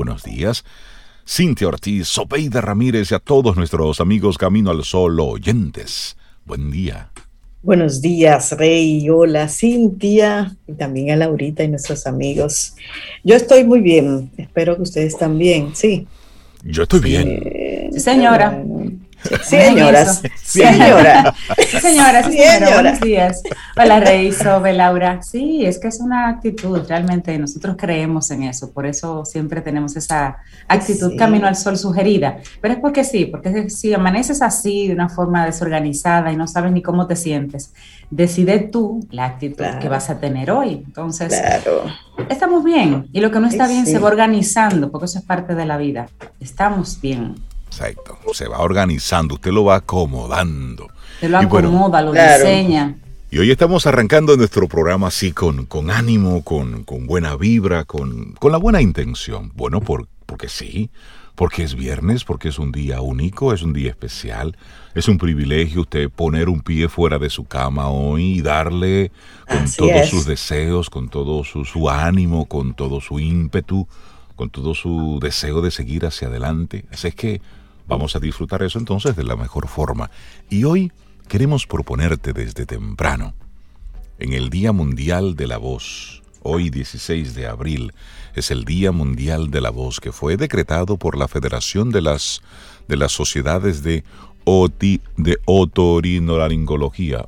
buenos días. Cintia Ortiz, Sobeida Ramírez y a todos nuestros amigos Camino al Sol oyentes. Buen día. Buenos días, Rey. Hola, Cintia. Y también a Laurita y nuestros amigos. Yo estoy muy bien. Espero que ustedes también. Sí. Yo estoy bien. Sí, señora. Sí, señoras. Señora. Sí, señora. Buenos días. Hola, Rey, Sobe, Laura. Sí, es que es una actitud, realmente nosotros creemos en eso, por eso siempre tenemos esa actitud Camino al Sol sugerida. Pero es porque si amaneces así, de una forma desorganizada y no sabes ni cómo te sientes, decide tú la actitud que vas a tener hoy. Entonces, estamos bien. Y lo que no está bien se va organizando, porque eso es parte de la vida. Estamos bien. Exacto, se va organizando, usted lo va acomodando. Se lo acomoda, lo diseña. Y hoy estamos arrancando nuestro programa así con ánimo, con buena vibra, con la buena intención. Bueno, porque sí, porque es viernes, porque es un día único, es un día especial. Es un privilegio usted poner un pie fuera de su cama hoy y darle con todos sus deseos, con todo su ánimo, con todo su ímpetu, con todo su deseo de seguir hacia adelante. Así es que vamos a disfrutar eso entonces de la mejor forma. Y hoy queremos proponerte desde temprano, en el Día Mundial de la Voz. Hoy, 16 de abril, es el Día Mundial de la Voz que fue decretado por la Federación de las Sociedades de Otorrinolaringología.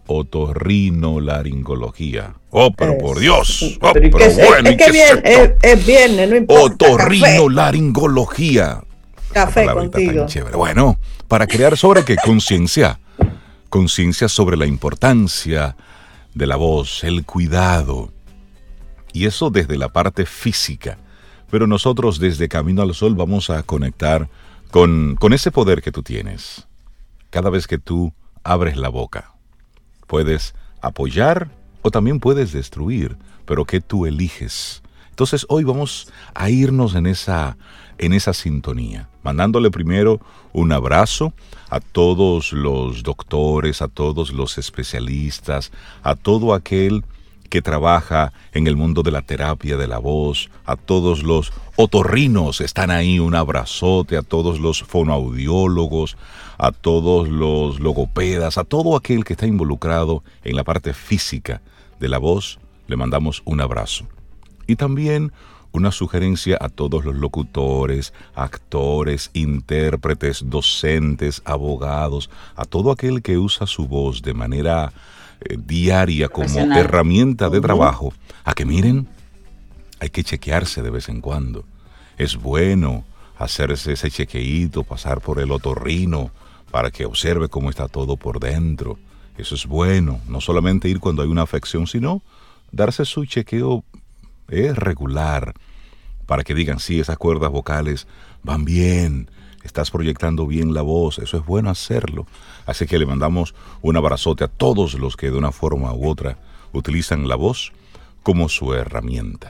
Oh, pero por Dios. Oh, pero bueno. Es viernes, no importa. Otorrinolaringología. Café contigo. Bueno, para crear sobre qué conciencia sobre la importancia de la voz, el cuidado, y eso desde la parte física. Pero nosotros desde Camino al Sol vamos a conectar con ese poder que tú tienes. Cada vez que tú abres la boca, puedes apoyar o también puedes destruir, pero que tú eliges. Entonces hoy vamos a irnos en esa sintonía, mandándole primero un abrazo a todos los doctores, a todos los especialistas, a todo aquel que trabaja en el mundo de la terapia de la voz, a todos los otorrinos, están ahí, un abrazote, a todos los fonoaudiólogos, a todos los logopedas, a todo aquel que está involucrado en la parte física de la voz, le mandamos un abrazo. Y también una sugerencia a todos los locutores, actores, intérpretes, docentes, abogados, a todo aquel que usa su voz de manera diaria como herramienta de trabajo, a que miren, hay que chequearse de vez en cuando. Es bueno hacerse ese chequeíto, pasar por el otorrino para que observe cómo está todo por dentro. Eso es bueno, no solamente ir cuando hay una afección, sino darse su chequeo regular, para que digan, sí, esas cuerdas vocales van bien, estás proyectando bien la voz, eso es bueno hacerlo. Así que le mandamos un abrazote a todos los que de una forma u otra utilizan la voz como su herramienta.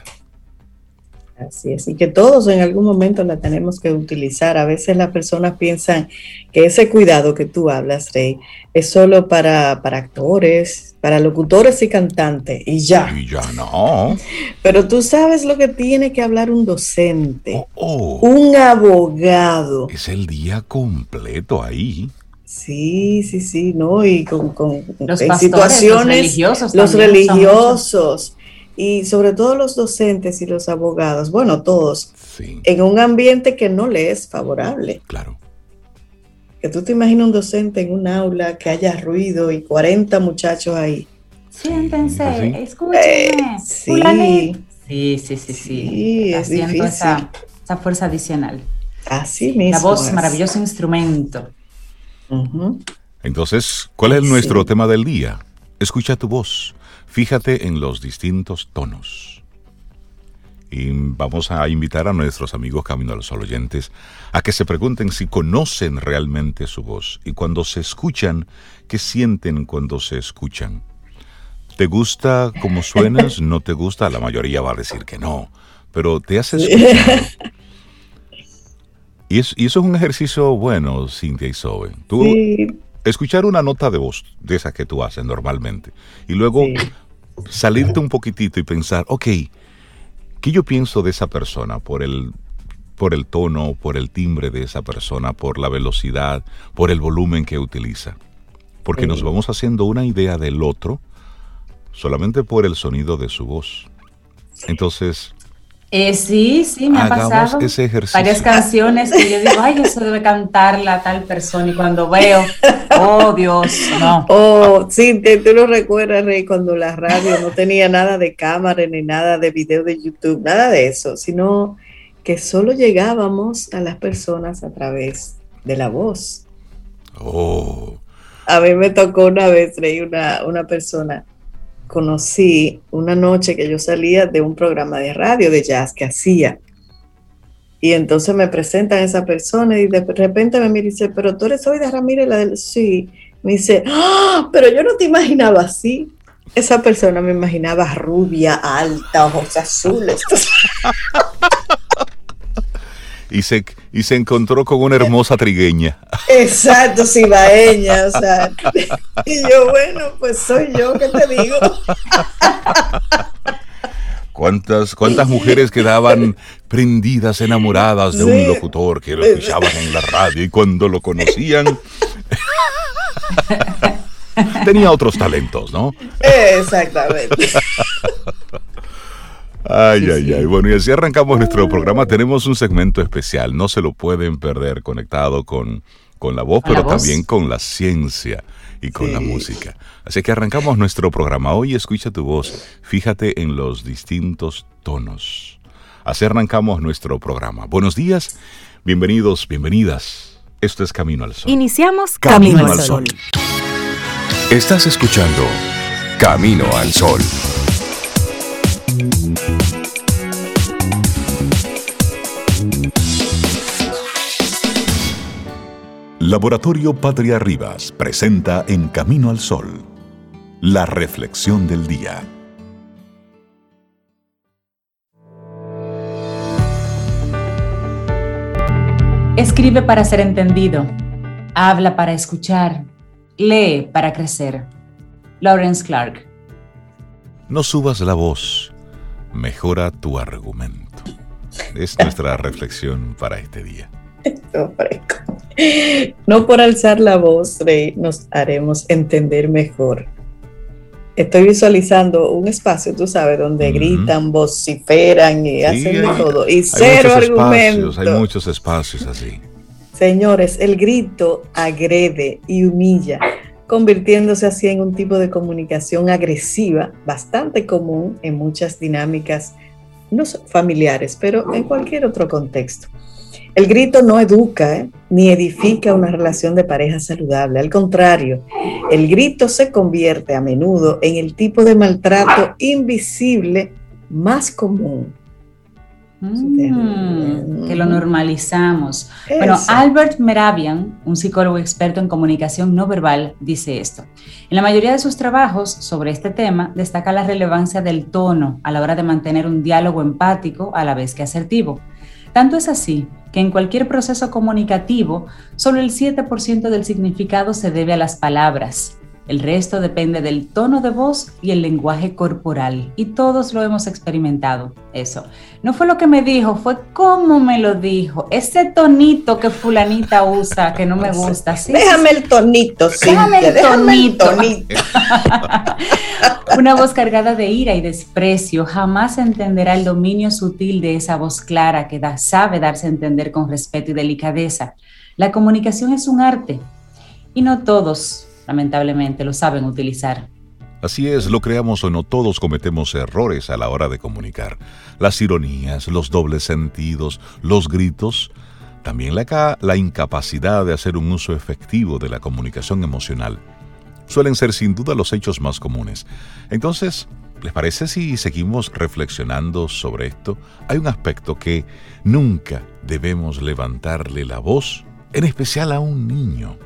Así es, y que todos en algún momento la tenemos que utilizar. A veces las personas piensan que ese cuidado que tú hablas, Rey, es solo para actores, para locutores y cantantes, y ya. Y ya no. Pero tú sabes lo que tiene que hablar un docente, un abogado. Es el día completo ahí. Sí, ¿no? Y con los en pastores, situaciones, los religiosos. Y sobre todo los docentes y los abogados, bueno, todos, en un ambiente que no le es favorable. Claro. Que tú te imaginas un docente en un aula, que haya ruido y 40 muchachos ahí. Siéntense, escúchenme. Sí. Es haciendo difícil. esa fuerza adicional. Así mismo. La voz, maravilloso instrumento. Uh-huh. Entonces, ¿cuál es nuestro tema del día? Escucha tu voz. Fíjate en los distintos tonos. Y vamos a invitar a nuestros amigos Camino al Sol oyentes a que se pregunten si conocen realmente su voz. Y cuando se escuchan, ¿qué sienten cuando se escuchan? ¿Te gusta cómo suenas? ¿No te gusta? La mayoría va a decir que no. Pero te has escuchado. Y eso es un ejercicio bueno, Cintia y Sobe. Tú escuchar una nota de voz de esas que tú haces normalmente. Y luego salirte un poquitito y pensar, ok, ¿qué yo pienso de esa persona por el por el tono, por el timbre de esa persona, por la velocidad, por el volumen que utiliza. Porque nos vamos haciendo una idea del otro solamente por el sonido de su voz. Entonces, sí, me ha pasado ese ejercicio. Varias canciones que yo digo, ay, eso debe cantarla tal persona, y cuando veo, oh Dios, no. Oh, sí, tú lo recuerdas, Rey, cuando la radio no tenía nada de cámara ni nada de video de YouTube, nada de eso, sino que solo llegábamos a las personas a través de la voz. Oh. A mí me tocó una vez, Rey, una persona. Conocí una noche que yo salía de un programa de radio de jazz que hacía, y entonces me presentan a esa persona y de repente me mira y dice, pero tú eres Zoida Ramírez, la del... Sí, me dice, pero yo no te imaginaba así. Esa persona me imaginaba rubia, alta, ojos azules. Y se encontró con una hermosa trigueña. Exacto, cibaeña, o sea. Y yo, bueno, pues soy yo, ¿qué te digo? ¿Cuántas mujeres quedaban prendidas, enamoradas de un locutor que lo escuchaban en la radio, y cuando lo conocían tenía otros talentos, ¿no? Exactamente. Ay. Bueno, y así arrancamos nuestro programa. Tenemos un segmento especial, no se lo pueden perder, conectado con la voz, pero también con la ciencia y con la música. Así que arrancamos nuestro programa. Hoy escucha tu voz, fíjate en los distintos tonos. Así arrancamos nuestro programa. Buenos días, bienvenidos, bienvenidas. Esto es Camino al Sol. Iniciamos Camino al Sol. Estás escuchando Camino al Sol. Laboratorio Patria Rivas presenta en Camino al Sol la reflexión del día. Escribe para ser entendido, habla para escuchar, lee para crecer. Lawrence Clark. No subas la voz, mejora tu argumento. Es nuestra reflexión para este día. No por alzar la voz, Rey, nos haremos entender mejor. Estoy visualizando un espacio, tú sabes, donde gritan, vociferan y hacen de todo. Y cero argumentos. Hay muchos espacios así. Señores, el grito agrede y humilla, convirtiéndose así en un tipo de comunicación agresiva, bastante común en muchas dinámicas, no familiares, pero en cualquier otro contexto. El grito no educa, ni edifica una relación de pareja saludable. Al contrario, el grito se convierte a menudo en el tipo de maltrato invisible más común. Que lo normalizamos. Eso. Bueno, Albert Mehrabian, un psicólogo experto en comunicación no verbal, dice esto. En la mayoría de sus trabajos sobre este tema, destaca la relevancia del tono a la hora de mantener un diálogo empático a la vez que asertivo. Tanto es así que en cualquier proceso comunicativo, solo el 7% del significado se debe a las palabras. El resto depende del tono de voz y el lenguaje corporal. Y todos lo hemos experimentado, eso. No fue lo que me dijo, fue cómo me lo dijo. Ese tonito que fulanita usa, que no me gusta. Sí, déjame el tonito, sí. Déjame el tonito. Una voz cargada de ira y desprecio jamás entenderá el dominio sutil de esa voz clara que sabe darse a entender con respeto y delicadeza. La comunicación es un arte y no todos, lamentablemente, lo saben utilizar. Así es, lo creamos o no, todos cometemos errores a la hora de comunicar. Las ironías, los dobles sentidos, los gritos, también la incapacidad de hacer un uso efectivo de la comunicación emocional suelen ser sin duda los hechos más comunes. Entonces, ¿les parece si seguimos reflexionando sobre esto? Hay un aspecto que nunca debemos levantarle la voz, en especial a un niño.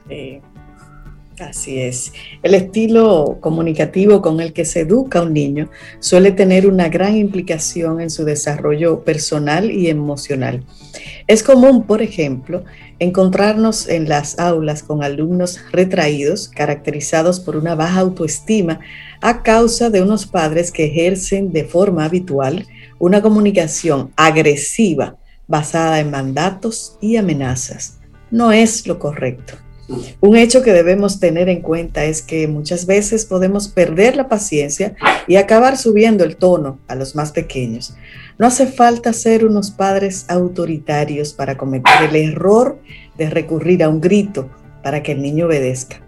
Así es. El estilo comunicativo con el que se educa a un niño suele tener una gran implicación en su desarrollo personal y emocional. Es común, por ejemplo, encontrarnos en las aulas con alumnos retraídos, caracterizados por una baja autoestima a causa de unos padres que ejercen de forma habitual una comunicación agresiva, basada en mandatos y amenazas. No es lo correcto. Un hecho que debemos tener en cuenta es que muchas veces podemos perder la paciencia y acabar subiendo el tono a los más pequeños. No hace falta ser unos padres autoritarios para cometer el error de recurrir a un grito para que el niño obedezca.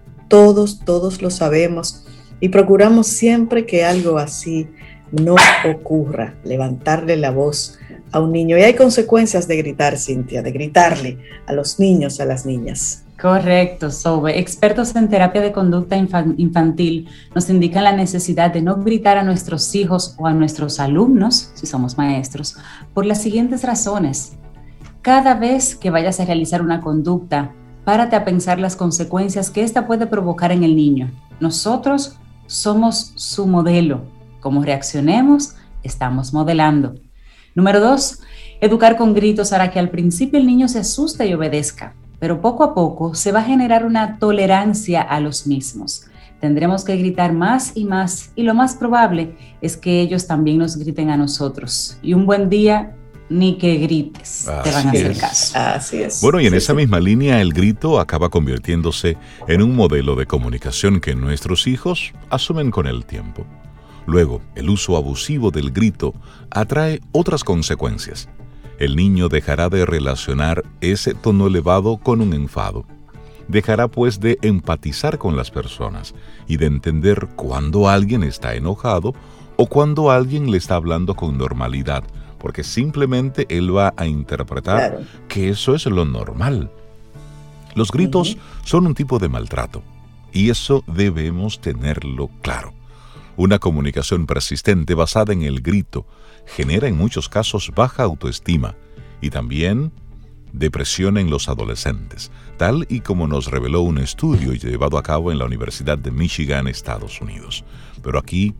Todos lo sabemos y procuramos siempre que algo así no ocurra, levantarle la voz a un niño. Y hay consecuencias de gritar, Cintia, de gritarle a los niños, a las niñas. Correcto, Sobe. Expertos en terapia de conducta infantil nos indican la necesidad de no gritar a nuestros hijos o a nuestros alumnos, si somos maestros, por las siguientes razones. Cada vez que vayas a realizar una conducta, párate a pensar las consecuencias que ésta puede provocar en el niño. Nosotros somos su modelo. Como reaccionemos, estamos modelando. Número 2, educar con gritos hará que al principio el niño se asuste y obedezca, pero poco a poco se va a generar una tolerancia a los mismos. Tendremos que gritar más y lo más probable es que ellos también nos griten a nosotros. Y un buen día, ni que grites, te van a hacer caso. Así es. Bueno, y en esa misma línea, el grito acaba convirtiéndose en un modelo de comunicación que nuestros hijos asumen con el tiempo. Luego, el uso abusivo del grito atrae otras consecuencias. El niño dejará de relacionar ese tono elevado con un enfado. Dejará pues de empatizar con las personas y de entender cuando alguien está enojado o cuando alguien le está hablando con normalidad, porque simplemente él va a interpretar que eso es lo normal. Los gritos son un tipo de maltrato y eso debemos tenerlo claro. Una comunicación persistente basada en el grito genera en muchos casos baja autoestima y también depresión en los adolescentes, tal y como nos reveló un estudio llevado a cabo en la Universidad de Michigan, Estados Unidos. Pero aquí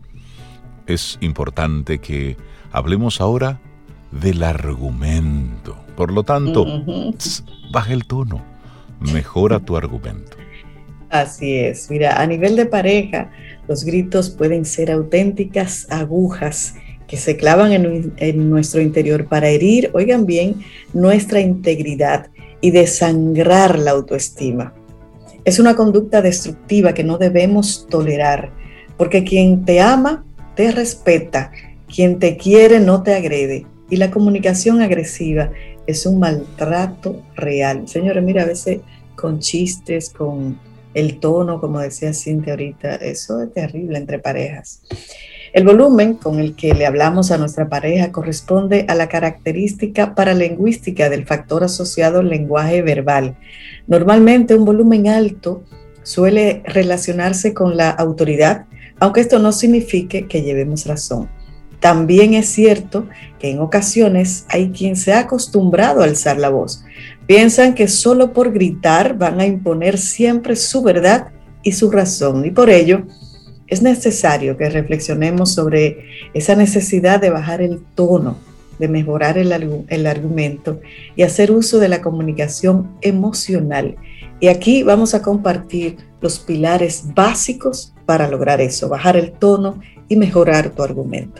es importante que hablemos ahora del argumento. Por lo tanto, baja el tono, mejora tu argumento. Así es. Mira, a nivel de pareja, los gritos pueden ser auténticas agujas que se clavan en nuestro interior para herir, oigan bien, nuestra integridad y desangrar la autoestima. Es una conducta destructiva que no debemos tolerar, porque quien te ama, te respeta, quien te quiere no te agrede, y la comunicación agresiva es un maltrato real. Señores, mira, a veces con chistes, con el tono, como decía Cintia ahorita, eso es terrible entre parejas. El volumen con el que le hablamos a nuestra pareja corresponde a la característica paralingüística del factor asociado al lenguaje verbal. Normalmente un volumen alto suele relacionarse con la autoridad, aunque esto no signifique que llevemos razón. También es cierto que en ocasiones hay quien se ha acostumbrado a alzar la voz. Piensan que solo por gritar van a imponer siempre su verdad y su razón, y por ello es necesario que reflexionemos sobre esa necesidad de bajar el tono, de mejorar el argumento y hacer uso de la comunicación emocional. Y aquí vamos a compartir los pilares básicos para lograr eso, bajar el tono y mejorar tu argumento.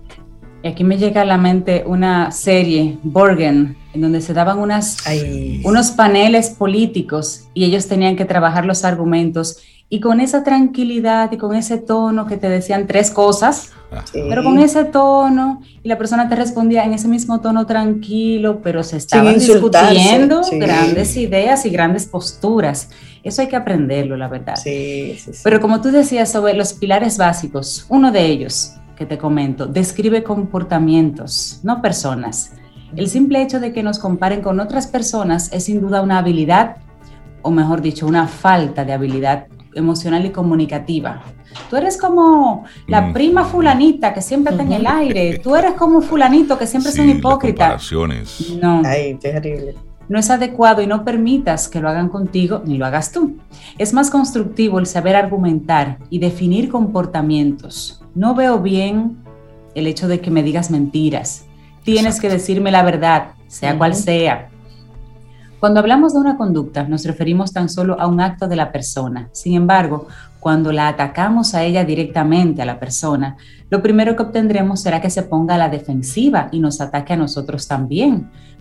Y aquí me llega a la mente una serie, Borgen, en donde se daban unos paneles políticos y ellos tenían que trabajar los argumentos y con esa tranquilidad y con ese tono que te decían tres cosas, pero con ese tono, y la persona te respondía en ese mismo tono tranquilo, pero se estaban discutiendo grandes ideas y grandes posturas. Eso hay que aprenderlo, la verdad. Sí. Pero como tú decías sobre los pilares básicos, uno de ellos que te comento, describe comportamientos, no personas. El simple hecho de que nos comparen con otras personas es sin duda una habilidad, o mejor dicho, una falta de habilidad emocional y comunicativa. Tú eres como la prima fulanita que siempre está en el aire, tú eres como fulanito que siempre es un hipócrita. Comparaciones. No. Ay, terrible. No es adecuado y no permitas que lo hagan contigo ni lo hagas tú. Es más constructivo el saber argumentar y definir comportamientos. No veo bien el hecho de que me digas mentiras. Tienes que decirme la verdad, sea cual sea. Cuando hablamos de una conducta, nos referimos tan solo a un acto de la persona. Sin embargo, cuando la atacamos a ella directamente, a la persona, lo primero que obtendremos será que se ponga a la defensiva y nos ataque a nosotros también.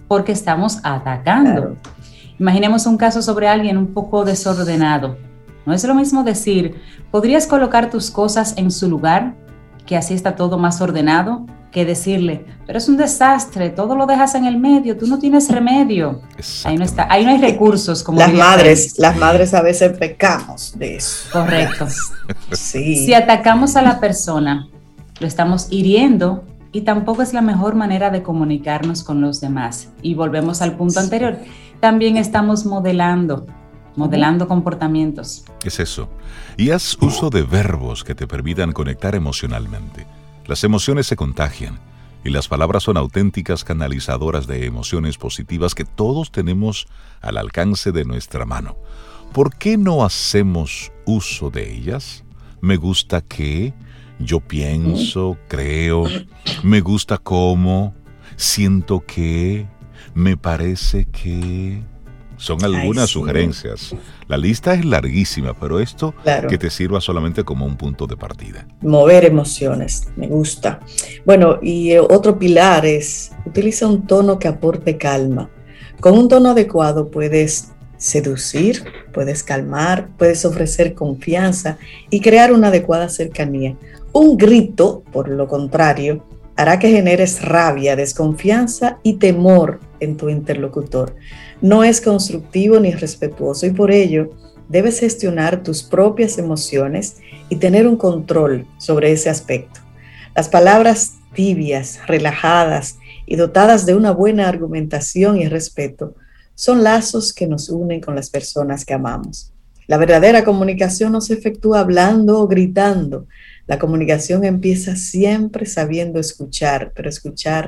porque estamos atacando. Claro. Imaginemos un caso sobre alguien un poco desordenado. No es lo mismo decir, ¿podrías colocar tus cosas en su lugar? Que así está todo más ordenado, que decirle, pero es un desastre, todo lo dejas en el medio, tú no tienes remedio. Ahí no está, ahí no hay recursos. Como las madres a veces pecamos de eso. Correcto. Sí. Si atacamos a la persona, lo estamos hiriendo y tampoco es la mejor manera de comunicarnos con los demás. Y volvemos al punto anterior, también estamos modelando comportamientos. Es eso. Y haz uso de verbos que te permitan conectar emocionalmente. Las emociones se contagian y las palabras son auténticas canalizadoras de emociones positivas que todos tenemos al alcance de nuestra mano. ¿Por qué no hacemos uso de ellas? Me gusta que, yo pienso, creo, me gusta cómo, siento que, me parece que... Son algunas sugerencias. La lista es larguísima, pero esto que te sirva solamente como un punto de partida. Mover emociones, me gusta. Bueno, y otro pilar es, utiliza un tono que aporte calma. Con un tono adecuado puedes seducir, puedes calmar, puedes ofrecer confianza y crear una adecuada cercanía. Un grito, por lo contrario, hará que generes rabia, desconfianza y temor en tu interlocutor. No es constructivo ni respetuoso y por ello debes gestionar tus propias emociones y tener un control sobre ese aspecto. Las palabras tibias, relajadas y dotadas de una buena argumentación y respeto son lazos que nos unen con las personas que amamos. La verdadera comunicación no se efectúa hablando o gritando. La comunicación empieza siempre sabiendo escuchar, pero escuchar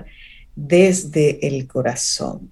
desde el corazón.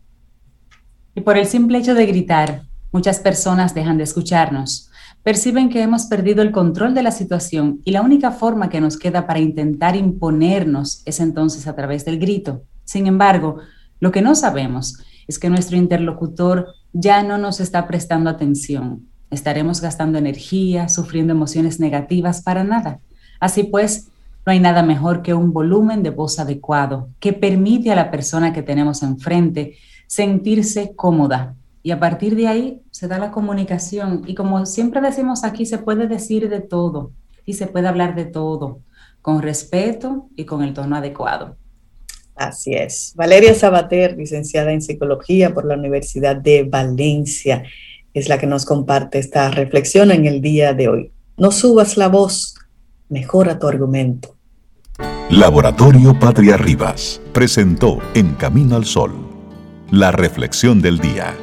Y por el simple hecho de gritar, muchas personas dejan de escucharnos. Perciben que hemos perdido el control de la situación y la única forma que nos queda para intentar imponernos es entonces a través del grito. Sin embargo, lo que no sabemos es que nuestro interlocutor ya no nos está prestando atención. Estaremos gastando energía, sufriendo emociones negativas para nada. Así pues, no hay nada mejor que un volumen de voz adecuado que permite a la persona que tenemos enfrente sentirse cómoda. Y a partir de ahí se da la comunicación. Y como siempre decimos aquí, se puede decir de todo y se puede hablar de todo, con respeto y con el tono adecuado. Así es. Valeria Sabater, licenciada en Psicología por la Universidad de Valencia, es la que nos comparte esta reflexión en el día de hoy. No subas la voz, mejora tu argumento. Laboratorio Patria Rivas presentó En Camino al Sol, la reflexión del día.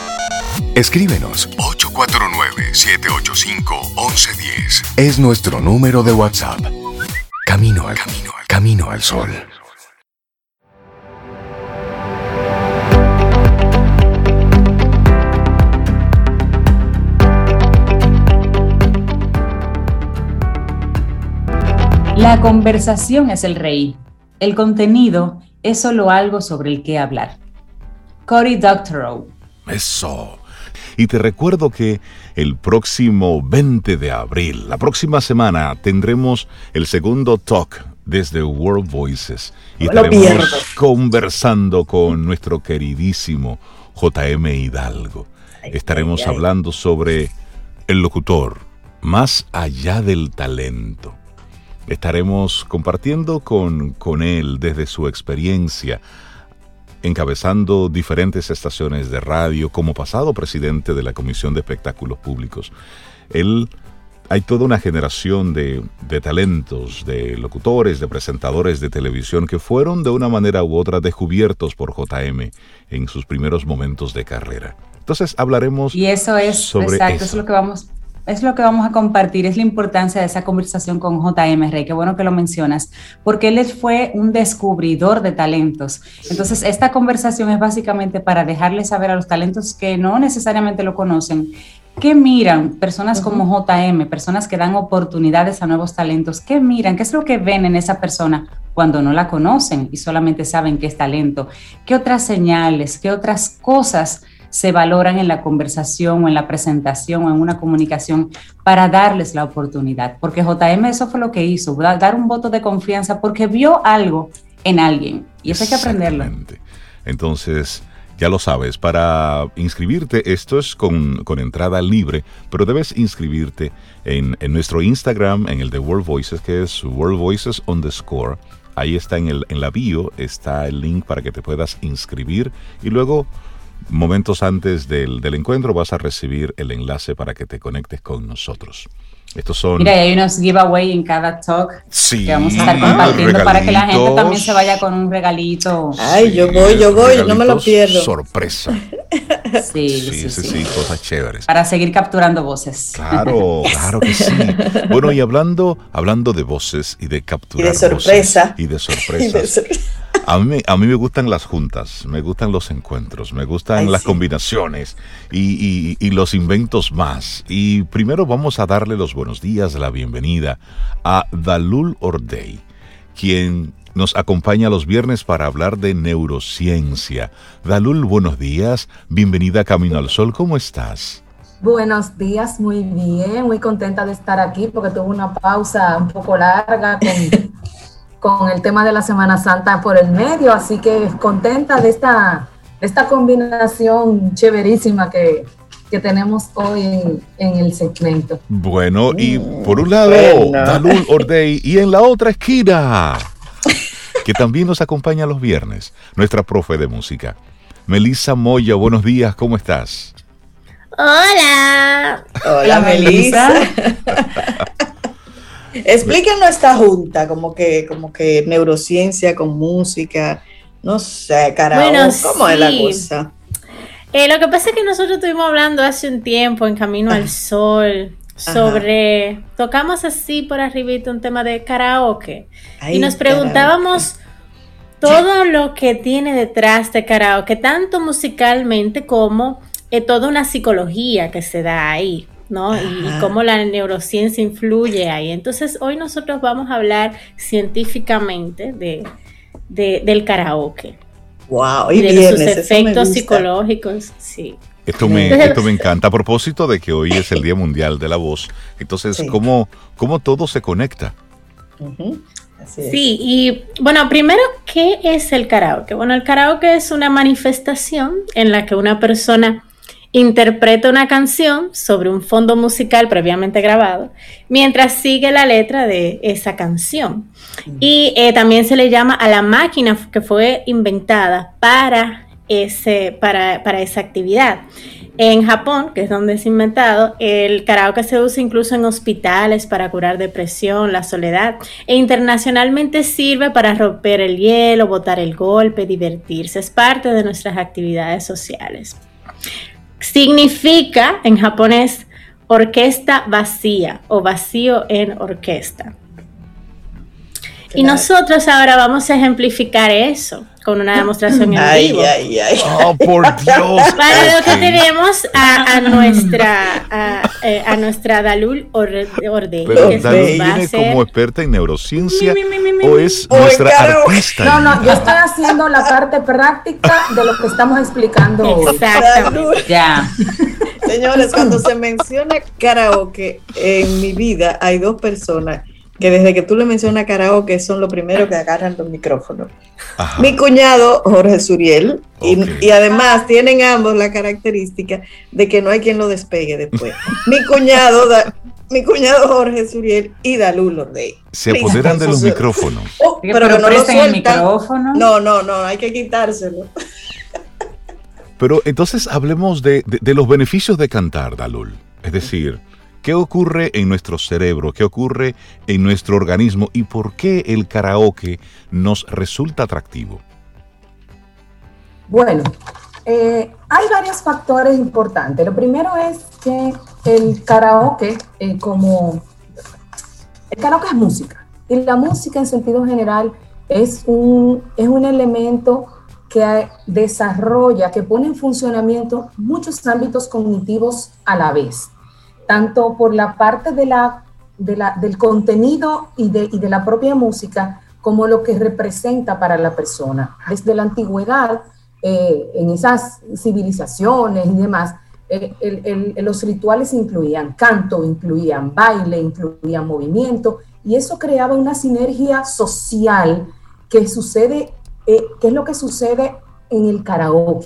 Escríbenos 849-785-1110. Es nuestro número de WhatsApp. Camino al Sol. La conversación es el rey. El contenido es solo algo sobre el que hablar. Cory Doctorow. Eso. Y te recuerdo que el próximo 20 de abril, la próxima semana, tendremos el segundo talk desde World Voices. Y estaremos conversando con nuestro queridísimo J.M. Hidalgo. Estaremos hablando sobre el locutor, más allá del talento. Estaremos compartiendo con él desde su experiencia, encabezando diferentes estaciones de radio como pasado presidente de la Comisión de Espectáculos Públicos. Hay toda una generación de talentos, de locutores, de presentadores de televisión que fueron de una manera u otra descubiertos por JM en sus primeros momentos de carrera. Entonces hablaremos sobre eso. Exacto, es lo que vamos a compartir, es la importancia de esa conversación con J.M. Rey, qué bueno que lo mencionas, porque él fue un descubridor de talentos. Entonces, esta conversación es básicamente para dejarles saber a los talentos que no necesariamente lo conocen, ¿qué miran personas como J.M., personas que dan oportunidades a nuevos talentos? ¿Qué miran? ¿Qué es lo que ven en esa persona cuando no la conocen y solamente saben que es talento? ¿Qué otras señales, qué otras cosas se valoran en la conversación o en la presentación o en una comunicación para darles la oportunidad? Porque JM eso fue lo que hizo, dar un voto de confianza porque vio algo en alguien y eso hay que aprenderlo. Entonces, Ya lo sabes, para inscribirte, esto es con entrada libre, pero debes inscribirte en nuestro Instagram, en el de World Voices, que es World Voices _. Ahí está en la bio, está el link para que te puedas inscribir y luego, momentos antes del encuentro, vas a recibir el enlace para que te conectes con nosotros. Estos son... Mira, hay unos giveaway en cada talk que vamos a estar compartiendo para que la gente también se vaya con un regalito. Ay, yo voy, no me lo pierdo. Sorpresa. Sí, cosas chéveres. Para seguir capturando voces. Claro que sí. Bueno, y hablando de voces y de capturar sorpresa. Voces y de sorpresas. A mí me gustan las juntas, me gustan los encuentros, me gustan las combinaciones y los inventos más. Y primero vamos a darle los buenos días, la bienvenida a Dalul Ordey, quien nos acompaña los viernes para hablar de neurociencia. Dalul, buenos días, bienvenida a Camino al Sol, ¿cómo estás? Buenos días, muy bien, muy contenta de estar aquí porque tuve una pausa un poco larga con el tema de la Semana Santa por el medio, así que contenta de esta combinación chéverísima que tenemos hoy en el segmento. Bueno, y por un lado, Dalul Ordey, y en la otra esquina, que también nos acompaña los viernes, nuestra profe de música, Melissa Moya. Buenos días, ¿cómo estás? Hola, Melissa. Explíquenos esta junta, como que neurociencia con música, no sé, karaoke, bueno, ¿cómo es la cosa? Lo que pasa es que nosotros estuvimos hablando hace un tiempo en Camino al Sol sobre, tocamos así por arribita un tema de karaoke. Y nos preguntábamos todo lo que tiene detrás de karaoke, tanto musicalmente como toda una psicología que se da ahí, ¿no? Y cómo la neurociencia influye ahí. Entonces, hoy nosotros vamos a hablar científicamente del karaoke. Wow, y de sus efectos psicológicos, sí. Esto me encanta. A propósito de que hoy es el Día Mundial de la Voz, entonces, ¿cómo todo se conecta? Sí, y bueno, primero, ¿qué es el karaoke? Bueno, el karaoke es una manifestación en la que una persona interpreta una canción sobre un fondo musical previamente grabado, mientras sigue la letra de esa canción. Y también se le llama a la máquina que fue inventada para esa actividad. En Japón, que es donde es inventado, el karaoke se usa incluso en hospitales para curar depresión, la soledad, e internacionalmente sirve para romper el hielo, botar el golpe, divertirse. Es parte de nuestras actividades sociales. Significa en japonés orquesta vacía o vacío en orquesta. Claro. Y nosotros ahora vamos a ejemplificar eso con una demostración en vivo. ¡Oh, por Dios! Para lo que tenemos a nuestra Dalul Ordey. Pero Dalul viene como experta en neurociencia o es nuestra artista. No, yo estoy haciendo la parte práctica de lo que estamos explicando hoy. Exactamente. Ya. Señores, cuando se menciona karaoke en mi vida, hay dos personas que desde que tú le mencionas karaoke son los primeros que agarran los micrófonos. Ajá. Mi cuñado, Jorge Suriel, y además tienen ambos la característica de que no hay quien lo despegue después. Mi cuñado Jorge Suriel y Dalul Ordey. Se apoderan de los micrófonos. Pero que no lo sueltan. El micrófono. No, hay que quitárselo. Pero entonces hablemos de los beneficios de cantar, Dalul. Es decir, ¿qué ocurre en nuestro cerebro? ¿Qué ocurre en nuestro organismo? ¿Y por qué el karaoke nos resulta atractivo? Bueno, hay varios factores importantes. Lo primero es que el karaoke es música. Y la música en sentido general es un elemento que desarrolla, que pone en funcionamiento muchos ámbitos cognitivos a la vez, tanto por la parte del contenido y de la propia música, como lo que representa para la persona. Desde la antigüedad, en esas civilizaciones y demás, los rituales incluían canto, incluían baile, incluían movimiento, y eso creaba una sinergia social que es lo que sucede en el karaoke.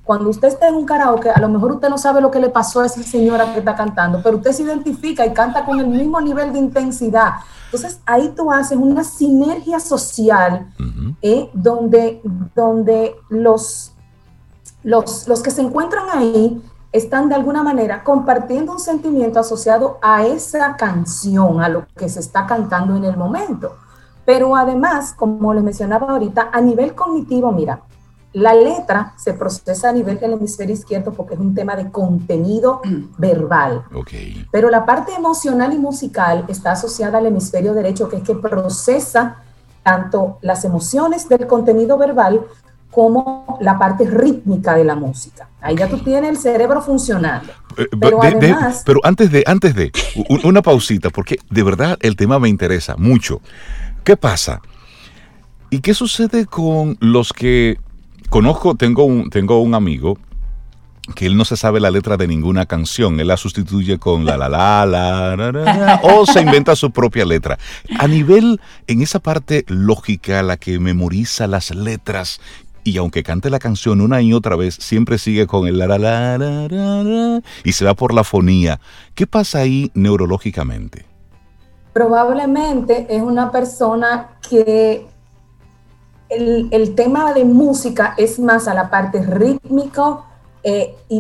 cuando usted está en un karaoke, a lo mejor usted no sabe lo que le pasó a esa señora que está cantando, pero usted se identifica y canta con el mismo nivel de intensidad. Entonces, ahí tú haces una sinergia social donde los que se encuentran ahí están de alguna manera compartiendo un sentimiento asociado a esa canción, a lo que se está cantando en el momento. Pero además, como les mencionaba ahorita, a nivel cognitivo, mira, la letra se procesa a nivel del hemisferio izquierdo porque es un tema de contenido verbal. Okay. Pero la parte emocional y musical está asociada al hemisferio derecho, que es que procesa tanto las emociones del contenido verbal como la parte rítmica de la música. Ahí ya tú tienes el cerebro funcionando. Pero además... pero antes de una pausita, porque de verdad el tema me interesa mucho. ¿Qué pasa? ¿Y qué sucede con los que conozco? Tengo un amigo que él no se sabe la letra de ninguna canción, él la sustituye con la, o se inventa su propia letra. A nivel, en esa parte lógica, la que memoriza las letras, y aunque cante la canción una y otra vez, siempre sigue con el la, y se va por la fonía. ¿Qué pasa ahí neurológicamente? Probablemente es una persona que el tema de música es más a la parte rítmica y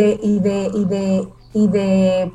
de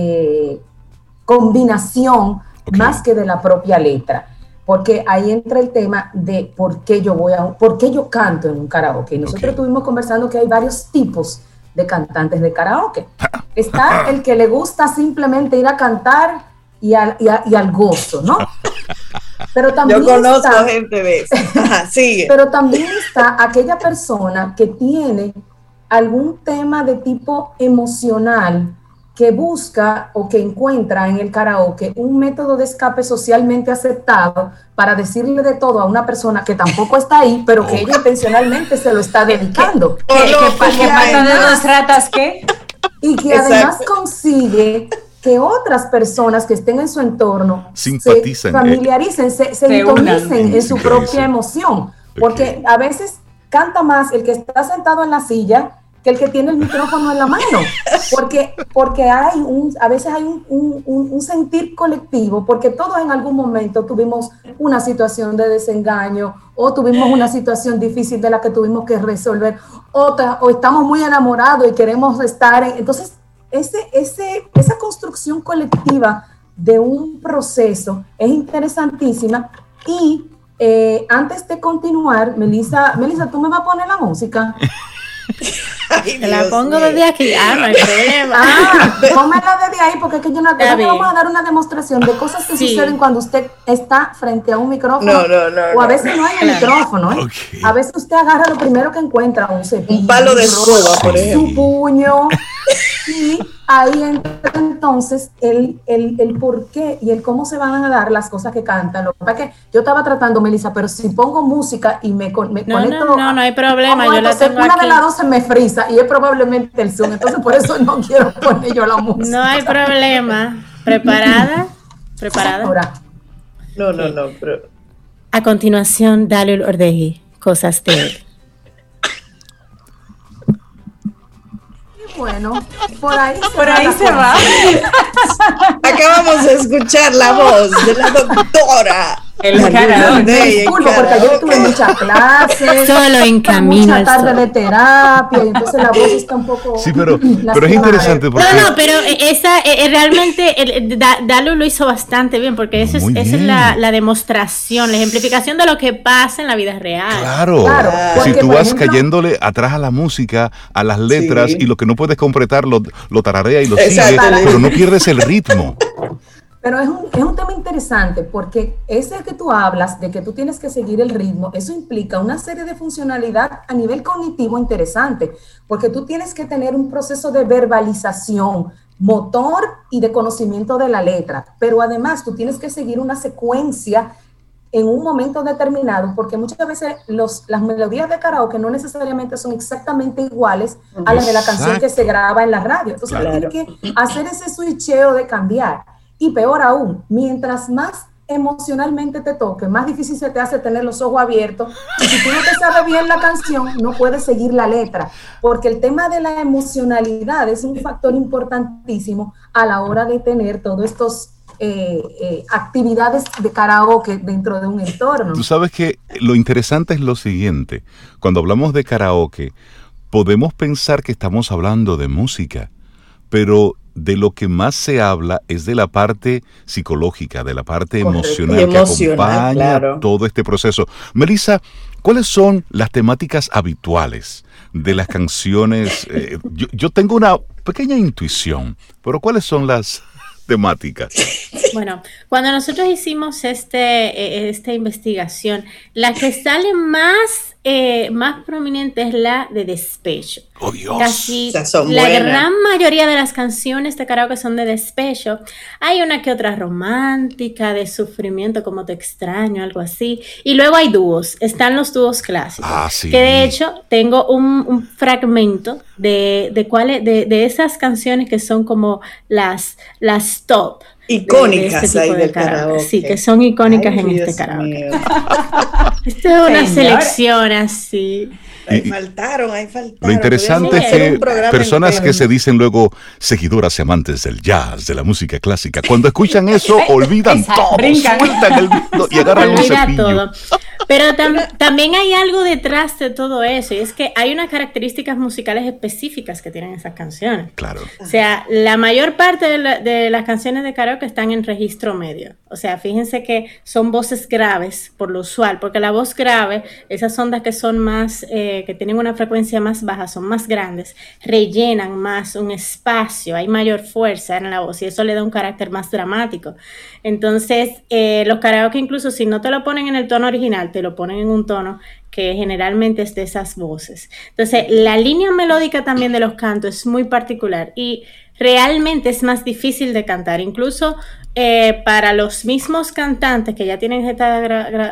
combinación, okay, más que de la propia letra. Porque ahí entra el tema de por qué yo canto en un karaoke. Y nosotros estuvimos conversando que hay varios tipos de cantantes de karaoke. Está el que le gusta simplemente ir a cantar y al gozo, ¿no? Pero también yo conozco gente de eso. Sigue. Pero también está aquella persona que tiene algún tema de tipo emocional que busca o que encuentra en el karaoke un método de escape socialmente aceptado para decirle de todo a una persona que tampoco está ahí, pero que ella intencionalmente se lo está dedicando. ¿Qué pata de dos ratas qué? Y que además consigue que otras personas que estén en su entorno simpatizan, se familiaricen, se sintonicen en su propia emoción. Porque a veces canta más el que está sentado en la silla que el que tiene el micrófono en la mano, porque a veces hay un sentir colectivo, porque todos en algún momento tuvimos una situación de desengaño, o tuvimos una situación difícil de la que tuvimos que resolver, o estamos muy enamorados y queremos estar entonces esa construcción colectiva de un proceso es interesantísima. Y antes de continuar, Melissa, ¿tú me vas a poner la música? Ay, te la pongo desde aquí, no hay problema. Pónmela desde ahí, porque es que yo no vamos a dar una demostración de cosas que suceden cuando usted está frente a un micrófono. O a veces no hay un micrófono, Okay. A veces usted agarra lo primero que encuentra, un cepillo, un palo de escoba, por ejemplo, su puño, y ahí entra entonces el por qué y el cómo se van a dar las cosas que cantan. Lo que pasa es que yo estaba tratando, Melissa, pero si pongo música y me conecto... No hay problema, yo la tengo una aquí. de las dos se me frisa y es probablemente el Zoom, entonces por eso no quiero poner yo la música. No hay problema. ¿Preparada? Ahora. No, pero... A continuación, Dalio Ordegui, Cosas de él. Bueno, por ahí se va. Acabamos de escuchar la voz de la doctora. El karaoke. Disculpo, porque ayer tuve muchas clases. Solo en camino. Mucha tarde de terapia, y entonces la voz está un poco. Sí, pero es interesante porque. No, pero esa realmente Dalo lo hizo bastante bien, porque esa es la demostración, la ejemplificación de lo que pasa en la vida real. Claro. Si tú vas cayéndole atrás a la música, a las letras, y lo que no puedes completar lo tararea y lo sigue, pero no pierdes el ritmo. Pero es un tema interesante, porque ese que tú hablas de que tú tienes que seguir el ritmo, eso implica una serie de funcionalidad a nivel cognitivo interesante, porque tú tienes que tener un proceso de verbalización, motor y de conocimiento de la letra, pero además tú tienes que seguir una secuencia en un momento determinado, porque muchas veces las melodías de karaoke no necesariamente son exactamente iguales a las de la canción que se graba en la radio. Entonces tienes que hacer ese switcheo de cambiar. Y peor aún, mientras más emocionalmente te toque, más difícil se te hace tener los ojos abiertos. Y si tú no te sabes bien la canción, no puedes seguir la letra, porque el tema de la emocionalidad es un factor importantísimo a la hora de tener todos estos actividades de karaoke dentro de un entorno. Tú sabes que lo interesante es lo siguiente: cuando hablamos de karaoke, podemos pensar que estamos hablando de música, pero de lo que más se habla es de la parte psicológica, de la parte emocional que acompaña todo este proceso. Melissa, ¿cuáles son las temáticas habituales de las canciones? Yo tengo una pequeña intuición, pero ¿cuáles son las temáticas? Bueno, cuando nosotros hicimos esta investigación, la que sale más prominente es la de despecho. ¡Oh, Dios! Casi la gran mayoría de las canciones de karaoke son de despecho. Hay una que otra romántica, de sufrimiento, como Te extraño, algo así. Y luego hay dúos. Están los dúos clásicos. Sí. Que de hecho tengo un fragmento de esas canciones que son como las top. Icónicas este ahí del karaoke. Sí, que son icónicas en Dios este karaoke. mío. Esta es una selección así. Ahí faltaron. Lo interesante es que personas que se dicen luego seguidoras y amantes del jazz, de la música clásica, cuando escuchan eso, olvidan todo, sueltan el mundo y agarran un cepillo. Todo. Pero también hay algo detrás de todo eso, y es que hay unas características musicales específicas que tienen esas canciones. Claro. O sea, la mayor parte de las canciones de karaoke están en registro medio. O sea, fíjense que son voces graves por lo usual, porque la voz grave, esas ondas que son más, que tienen una frecuencia más baja, son más grandes, rellenan más un espacio, hay mayor fuerza en la voz y eso le da un carácter más dramático. Entonces, los karaoke incluso si no te lo ponen en el tono original, te lo ponen en un tono que generalmente es de esas voces. Entonces, la línea melódica también de los cantos es muy particular y realmente es más difícil de cantar. Incluso para los mismos cantantes que ya tienen estas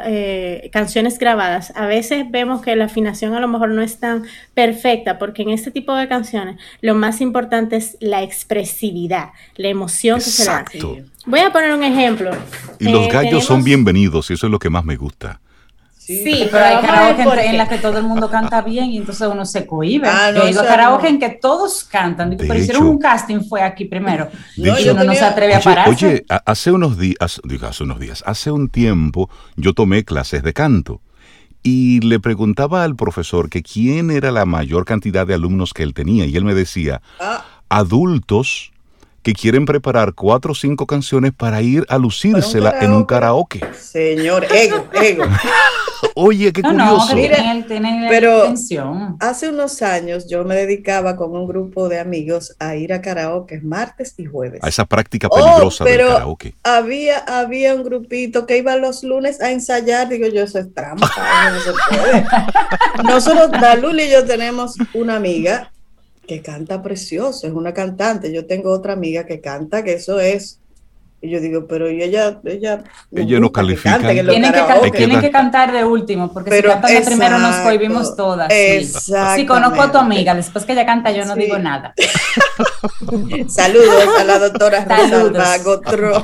canciones grabadas, a veces vemos que la afinación a lo mejor no es tan perfecta, porque en este tipo de canciones lo más importante es la expresividad, la emoción que se da. Voy a poner un ejemplo. Y los gallos son bienvenidos y eso es lo que más me gusta. Sí, pero hay karaoke en las que todo el mundo canta bien y entonces uno se cohíbe. Yo he ido a karaoke en que todos cantan. Pero hicieron un casting, fue aquí primero. Y uno no se atreve a pararse. Oye, hace un tiempo yo tomé clases de canto y le preguntaba al profesor que quién era la mayor cantidad de alumnos que él tenía y él me decía, adultos que quieren preparar 4 o 5 canciones para ir a lucírsela en un karaoke. Señor, ego. Oye, qué curioso. Pero hace unos años yo me dedicaba con un grupo de amigos a ir a karaoke martes y jueves. A esa práctica peligrosa del karaoke. Había un grupito que iba los lunes a ensayar. Digo yo, eso es trampa, no se puede. Nosotros, Dalul y yo tenemos una amiga que canta precioso, es una cantante. Yo tengo otra amiga que canta, que eso es. Y yo digo, pero ella no califica. Tienen que cantar de último, porque si cantan de primero nos cohibimos todas. Sí, conozco a tu amiga, después que ella canta yo no digo nada. Saludos a la doctora Rosalba Gotro.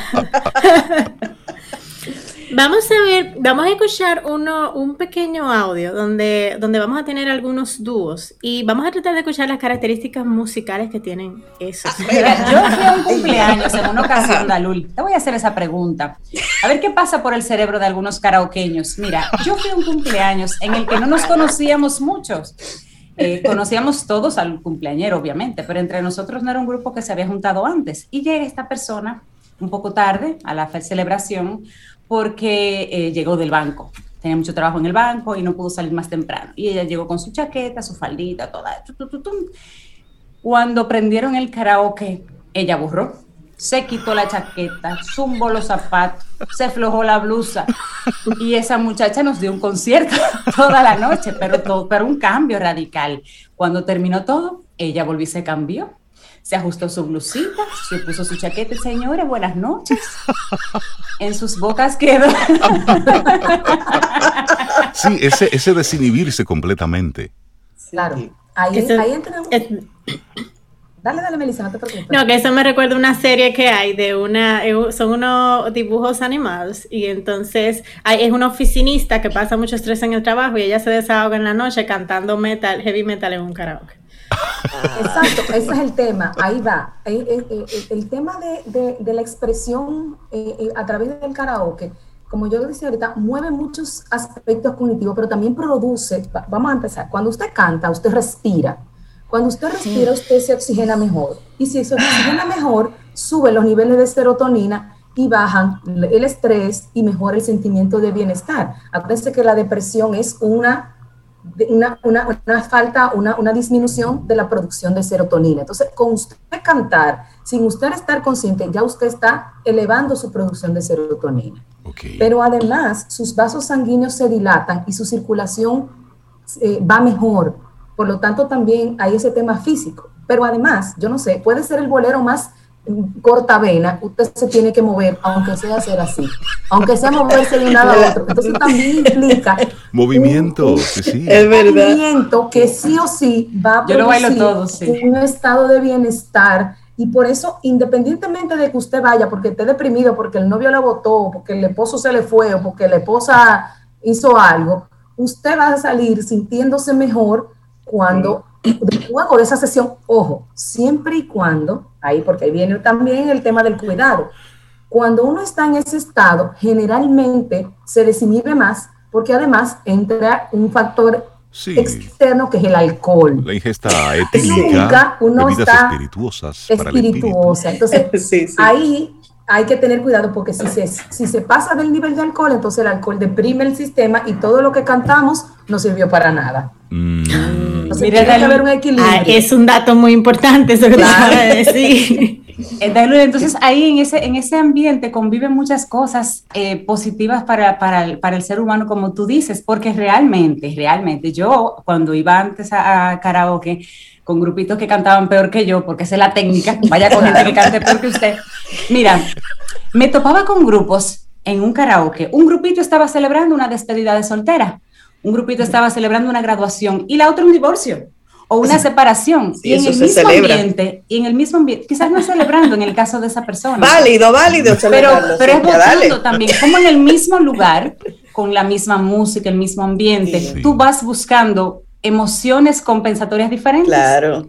Vamos a escuchar un pequeño audio donde vamos a tener algunos dúos y vamos a tratar de escuchar las características musicales que tienen esos. Mira, yo fui a un cumpleaños en una ocasión, Dalul. Te voy a hacer esa pregunta. A ver qué pasa por el cerebro de algunos karaokeños. Mira, yo fui a un cumpleaños en el que no nos conocíamos muchos. Conocíamos todos al cumpleañero, obviamente, pero entre nosotros no era un grupo que se había juntado antes. Y llega esta persona un poco tarde a la celebración porque llegó del banco. Tenía mucho trabajo en el banco y no pudo salir más temprano. Y ella llegó con su chaqueta, su faldita, toda. Cuando prendieron el karaoke, ella borró, se quitó la chaqueta, zumbó los zapatos, se aflojó la blusa. Y esa muchacha nos dio un concierto toda la noche, pero un cambio radical. Cuando terminó todo, ella volvió y se cambió. Se ajustó su blusita, se puso su chaqueta, señores, buenas noches. En sus bocas quedó. Sí, ese desinhibirse completamente. Claro, ahí entramos. Dale, Melissa, no te preocupes. No, que eso me recuerda una serie que hay son unos dibujos animados y entonces es una oficinista que pasa mucho estrés en el trabajo y ella se desahoga en la noche cantando heavy metal en un karaoke. Exacto, ese es el tema, ahí va. El tema de la expresión a través del karaoke, como yo lo decía ahorita, mueve muchos aspectos cognitivos, pero también produce, vamos a empezar, cuando usted canta, usted respira. Cuando usted respira, usted se oxigena mejor. Y si se oxigena mejor, suben los niveles de serotonina y bajan el estrés y mejora el sentimiento de bienestar. Acuérdense que la depresión es una disminución de la producción de serotonina. Entonces, con usted cantar, sin usted estar consciente, ya usted está elevando su producción de serotonina. Okay. Pero además, sus vasos sanguíneos se dilatan y su circulación va mejor. Por lo tanto, también hay ese tema físico. Pero además, yo no sé, puede ser el bolero más cortavena, usted se tiene que mover, aunque sea hacer así, aunque sea moverse de un lado a otro. Entonces también implica movimiento, sí. Es verdad. Movimiento que sí o sí va a producir un estado de bienestar. Y por eso, independientemente de que usted vaya, porque esté deprimido, porque el novio la botó, porque el esposo se le fue, o porque la esposa hizo algo, usted va a salir sintiéndose mejor cuando, luego de esa sesión, ojo, siempre y cuando, porque ahí viene también el tema del cuidado, cuando uno está en ese estado, generalmente se desinhibe más, porque además entra un factor externo que es el alcohol. La ingesta etílica, bebidas espirituosas para el espíritu. Entonces, ahí hay que tener cuidado porque si se pasa del nivel de alcohol, entonces el alcohol deprime el sistema y todo lo que cantamos no sirvió para nada. Entonces, tiene que haber un equilibrio. Es un dato muy importante eso que te acabo de decir. Entonces ahí en ese ambiente conviven muchas cosas positivas para el ser humano, como tú dices, porque realmente yo cuando iba antes a karaoke con grupitos que cantaban peor que yo, porque esa es la técnica, vaya con gente que cante peor que usted, mira, me topaba con grupos en un karaoke, un grupito estaba celebrando una despedida de soltera, un grupito estaba celebrando una graduación y la otra un divorcio o una separación, y en el mismo ambiente, quizás no celebrando en el caso de esa persona. Válido, pero es votando también, como en el mismo lugar, con la misma música, el mismo ambiente, tú vas buscando emociones compensatorias diferentes. Claro.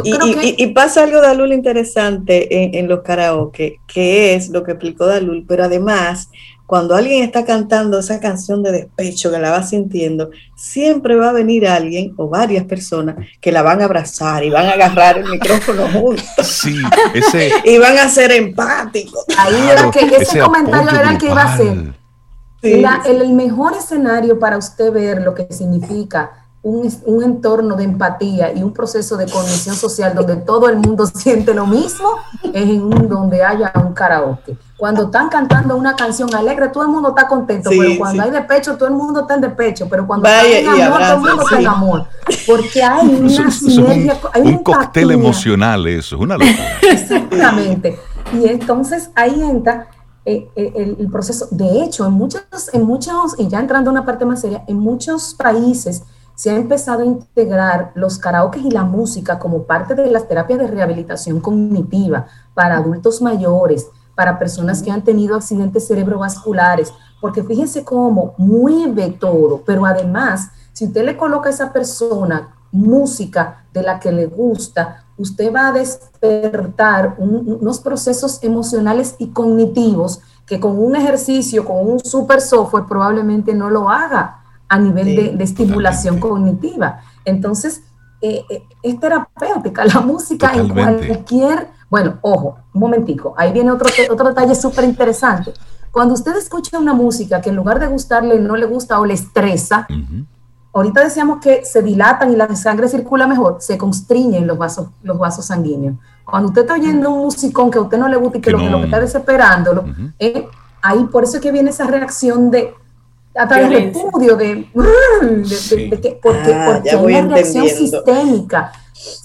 Y pasa algo, Dalul, interesante en los karaoke, que es lo que explicó Dalul, pero además, cuando alguien está cantando esa canción de despecho, que la va sintiendo, siempre va a venir alguien o varias personas que la van a abrazar y van a agarrar el micrófono juntos. Sí, y van a ser empáticos. Ahí era que ese comentario era el que iba a hacer. Sí. El mejor escenario para usted ver lo que significa un entorno de empatía y un proceso de conexión social donde todo el mundo siente lo mismo es donde haya un karaoke. Cuando están cantando una canción alegre, todo el mundo está contento, pero cuando hay despecho, todo el mundo está en despecho, pero cuando hay amor, todo el mundo está en amor. Porque hay una sinergia, hay un cóctel emocional, eso es una locura. Exactamente. Y entonces ahí entra el proceso. De hecho, en muchos, y ya entrando a una parte más seria, en muchos países se ha empezado a integrar los karaokes y la música como parte de las terapias de rehabilitación cognitiva para adultos mayores, para personas que han tenido accidentes cerebrovasculares, porque fíjense cómo mueve todo, pero además, si usted le coloca a esa persona música de la que le gusta, usted va a despertar unos procesos emocionales y cognitivos que con un ejercicio, con un super software, probablemente no lo haga a nivel de estimulación cognitiva. Entonces, es terapéutica la música en cualquier... Bueno, ojo, un momentico, ahí viene otro detalle súper interesante. Cuando usted escucha una música que en lugar de gustarle no le gusta o le estresa, ahorita decíamos que se dilatan y la sangre circula mejor, se constriñen los vasos sanguíneos. Cuando usted está oyendo un musicón que a usted no le gusta y que lo que está desesperándolo, ahí por eso es que viene esa reacción hasta de repudio, porque hay una reacción sistémica.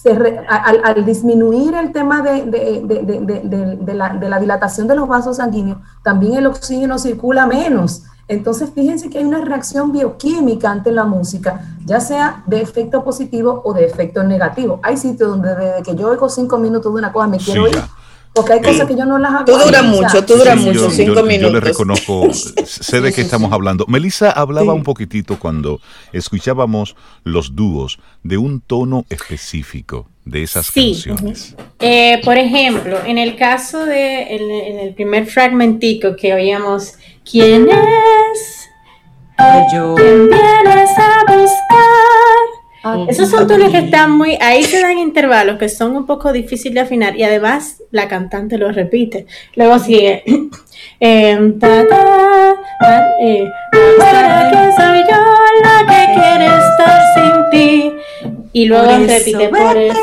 Al disminuir el tema de la dilatación de los vasos sanguíneos, también el oxígeno circula menos Entonces, fíjense que hay una reacción bioquímica ante la música, ya sea de efecto positivo o de efecto negativo. Hay sitios donde desde que yo oigo 5 minutos de una cosa me quiero ir. Porque hay cosas que yo no las hago. Tú dura mucho, 5 minutos. Yo le reconozco, sé de qué estamos hablando. Melissa hablaba un poquitito cuando escuchábamos los dúos de un tono específico de esas canciones. Por ejemplo, en el caso de, en el primer fragmentico que oíamos, ¿quién es? Yo. ¿Quién vienes a buscar? Esos son tonos que están muy, ahí se dan intervalos que son un poco difíciles de afinar y además la cantante lo repite. Luego sigue ¿será que soy yo la que quiere estar sin ti? Y luego repite por eso.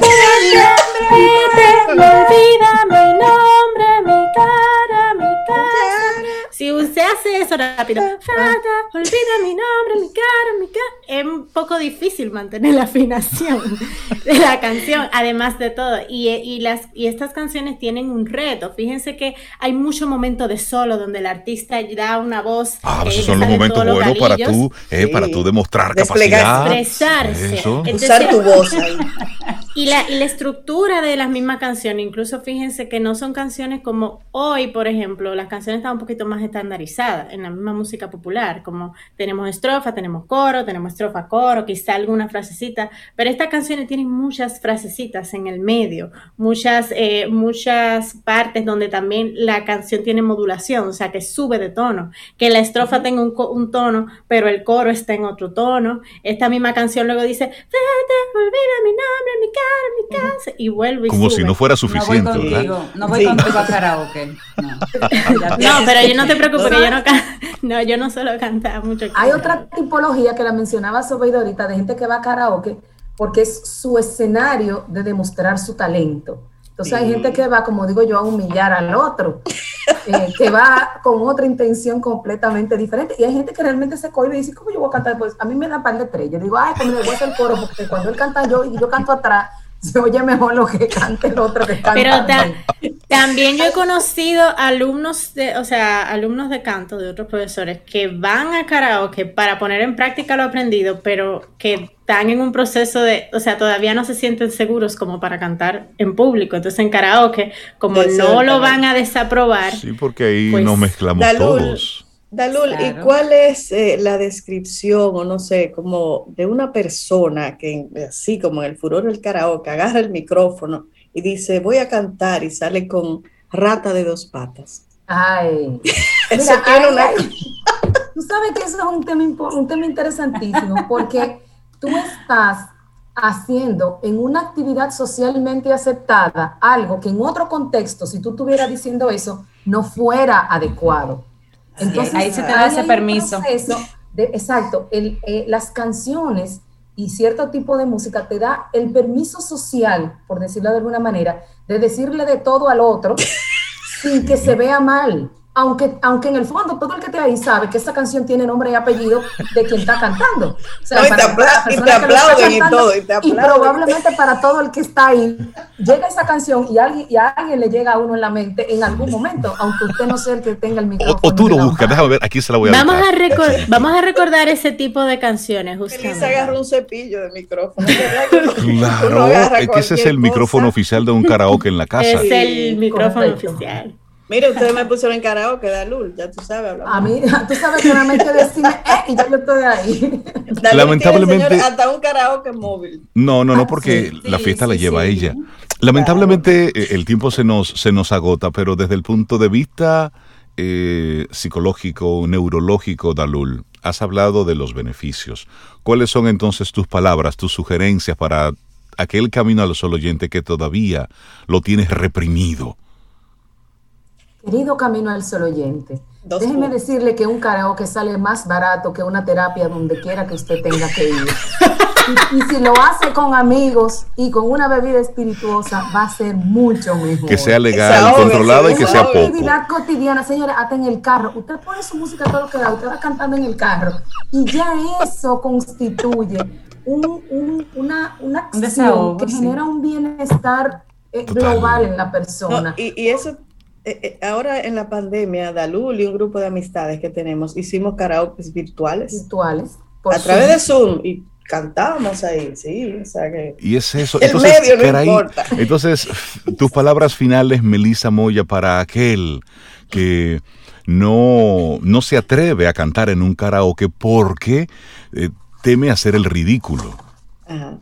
Olvida mi nombre, mi cara, mi casa. Si usted hace eso rápido, olvida mi nombre, mi cara, es un poco difícil mantener la afinación de la canción, además de todo. Y estas canciones tienen un reto. Fíjense que hay mucho momento de solo donde el artista da una voz. Esos son los momentos buenos para tú demostrar capacidad. Expresarse. Usar tu voz ahí. Y la estructura de las mismas canciones, incluso fíjense que no son canciones como hoy, por ejemplo, las canciones están un poquito más estandarizadas en la misma música popular, como tenemos estrofa, tenemos coro, tenemos estrofa, coro, quizá alguna frasecita, pero estas canciones tienen muchas frasecitas en el medio, muchas partes donde también la canción tiene modulación, o sea, que sube de tono, que la estrofa tenga un tono, pero el coro está en otro tono. Esta misma canción luego dice, olvida mi nombre, mi cara, mi casa, y vuelve y como sube. si no fuera suficiente, no voy contigo a karaoke. No, pero yo no te preocupes, que yo no suelo cantar mucho. Hay otra tipología que la mencionaba Sobeida ahorita, de gente que va a karaoke porque es su escenario de demostrar su talento. Entonces hay gente que va, como digo yo, a humillar al otro, que va con otra intención completamente diferente. Y hay gente que realmente se cohíbe y dice, ¿cómo yo voy a cantar? Pues a mí me da par de tres. Yo digo, pues me voy a hacer el coro, porque cuando él canta yo y yo canto atrás, se oye mejor lo que cante el otro que canta. Pero también yo he conocido alumnos de canto de otros profesores que van a karaoke para poner en práctica lo aprendido, pero que están en un proceso todavía no se sienten seguros como para cantar en público. Entonces en karaoke, como no lo van a desaprobar. Sí, porque ahí pues, nos mezclamos todos. Dalul, claro. ¿Y cuál es la descripción, o no sé, como de una persona que, así como en el furor del karaoke, agarra el micrófono y dice, voy a cantar, y sale con Rata de 2 patas? Ay, Eso mira, tiene tú sabes que eso es un tema interesantísimo, porque tú estás haciendo en una actividad socialmente aceptada algo que en otro contexto, si tú estuvieras diciendo eso, no fuera adecuado. Entonces, ahí se te da ese permiso. Exacto, las canciones y cierto tipo de música te da el permiso social, por decirlo de alguna manera, de decirle de todo al otro sin que se vea mal. Aunque en el fondo todo el que esté ahí sabe que esa canción tiene nombre y apellido de quien está cantando. O sea, y te aplauden y todo. Y probablemente para todo el que está ahí, llega esa canción y a alguien le llega a uno en la mente en algún momento, aunque usted no sea el que tenga el micrófono. O tú lo buscas, déjame ver, aquí se la voy a dejar. Vamos a recordar ese tipo de canciones, justamente. Elisa agarra un cepillo de micrófono. Claro, es que ese es el micrófono oficial de un karaoke en la casa. Es el micrófono oficial. Mire, ustedes me pusieron en karaoke, Dalul, ya tú sabes. Hablamos. A mí, tú sabes que nada más hay que decirme, y yo estoy ahí. Dalul lamentablemente tiene, señor, hasta un karaoke móvil. No, porque la fiesta la lleva ella. Lamentablemente el tiempo se nos agota, pero desde el punto de vista psicológico, neurológico, Dalul, has hablado de los beneficios. ¿Cuáles son entonces tus palabras, tus sugerencias para aquel camino al sol oyente que todavía lo tienes reprimido? Querido Camino al Sol oyente, déjeme decirle que un karaoke sale más barato que una terapia donde quiera que usted tenga que ir. Y si lo hace con amigos y con una bebida espirituosa, va a ser mucho mejor. Que sea legal, controlada y que sea poco. Actividad cotidiana, señores, hasta en el carro. Usted pone su música todo lo que da, usted va cantando en el carro. Y ya eso constituye una acción que genera un bienestar global en la persona. No, y eso ahora en la pandemia, Dalul y un grupo de amistades que tenemos, hicimos karaoke virtuales. A través de Zoom, y cantábamos ahí, sí, o sea que... Y es eso. El Entonces, medio no caray, importa. Entonces, tus palabras finales, Melissa Moya, para aquel que no se atreve a cantar en un karaoke porque teme hacer el ridículo. Ajá.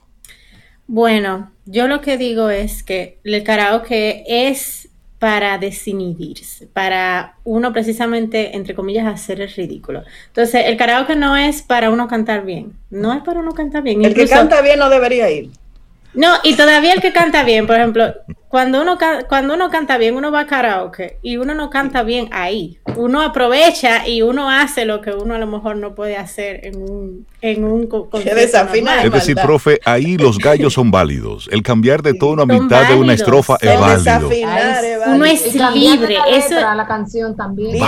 Bueno, yo lo que digo es que el karaoke es para desinhibirse, para uno precisamente, entre comillas, hacer el ridículo. Entonces, el karaoke no es para uno cantar bien, no es para uno cantar bien. El que canta bien no debería ir. No, y todavía el que canta bien, por ejemplo, cuando uno canta bien, uno va a karaoke y uno no canta bien ahí. Uno aprovecha y uno hace lo que uno a lo mejor no puede hacer en un concierto normal. Es decir, profe, ahí los gallos son válidos. El cambiar de tono a mitad de una estrofa es válido. Uno es libre. Eso a la canción también.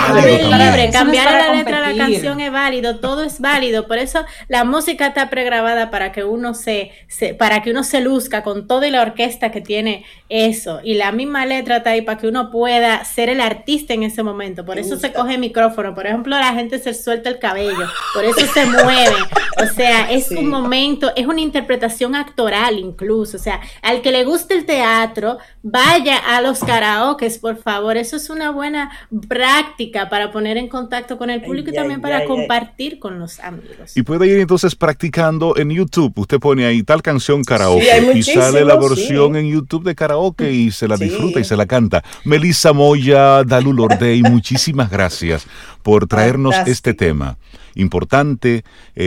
Cambiar la letra a la canción es válido. Todo es válido. Por eso la música está pregrabada para que uno para que uno se luzca con toda la orquesta que tiene eso. Y la misma letra está ahí para que uno pueda ser el artista en ese momento. Por eso se coge micrófono. Por ejemplo, la gente se suelta el cabello. Por eso se mueve. O sea, es un momento, es una interpretación actoral incluso. O sea, al que le guste el teatro, vaya a los karaokes, por favor. Eso es una buena práctica para poner en contacto con el público y también para compartir con los amigos. Y puede ir entonces practicando en YouTube. Usted pone ahí tal canción karaoke y muchísimo, sale la versión en YouTube de karaoke y se la disfruta y se la canta. Melissa Moya, Dalul Ordey, muchísimas gracias por traernos este tema importante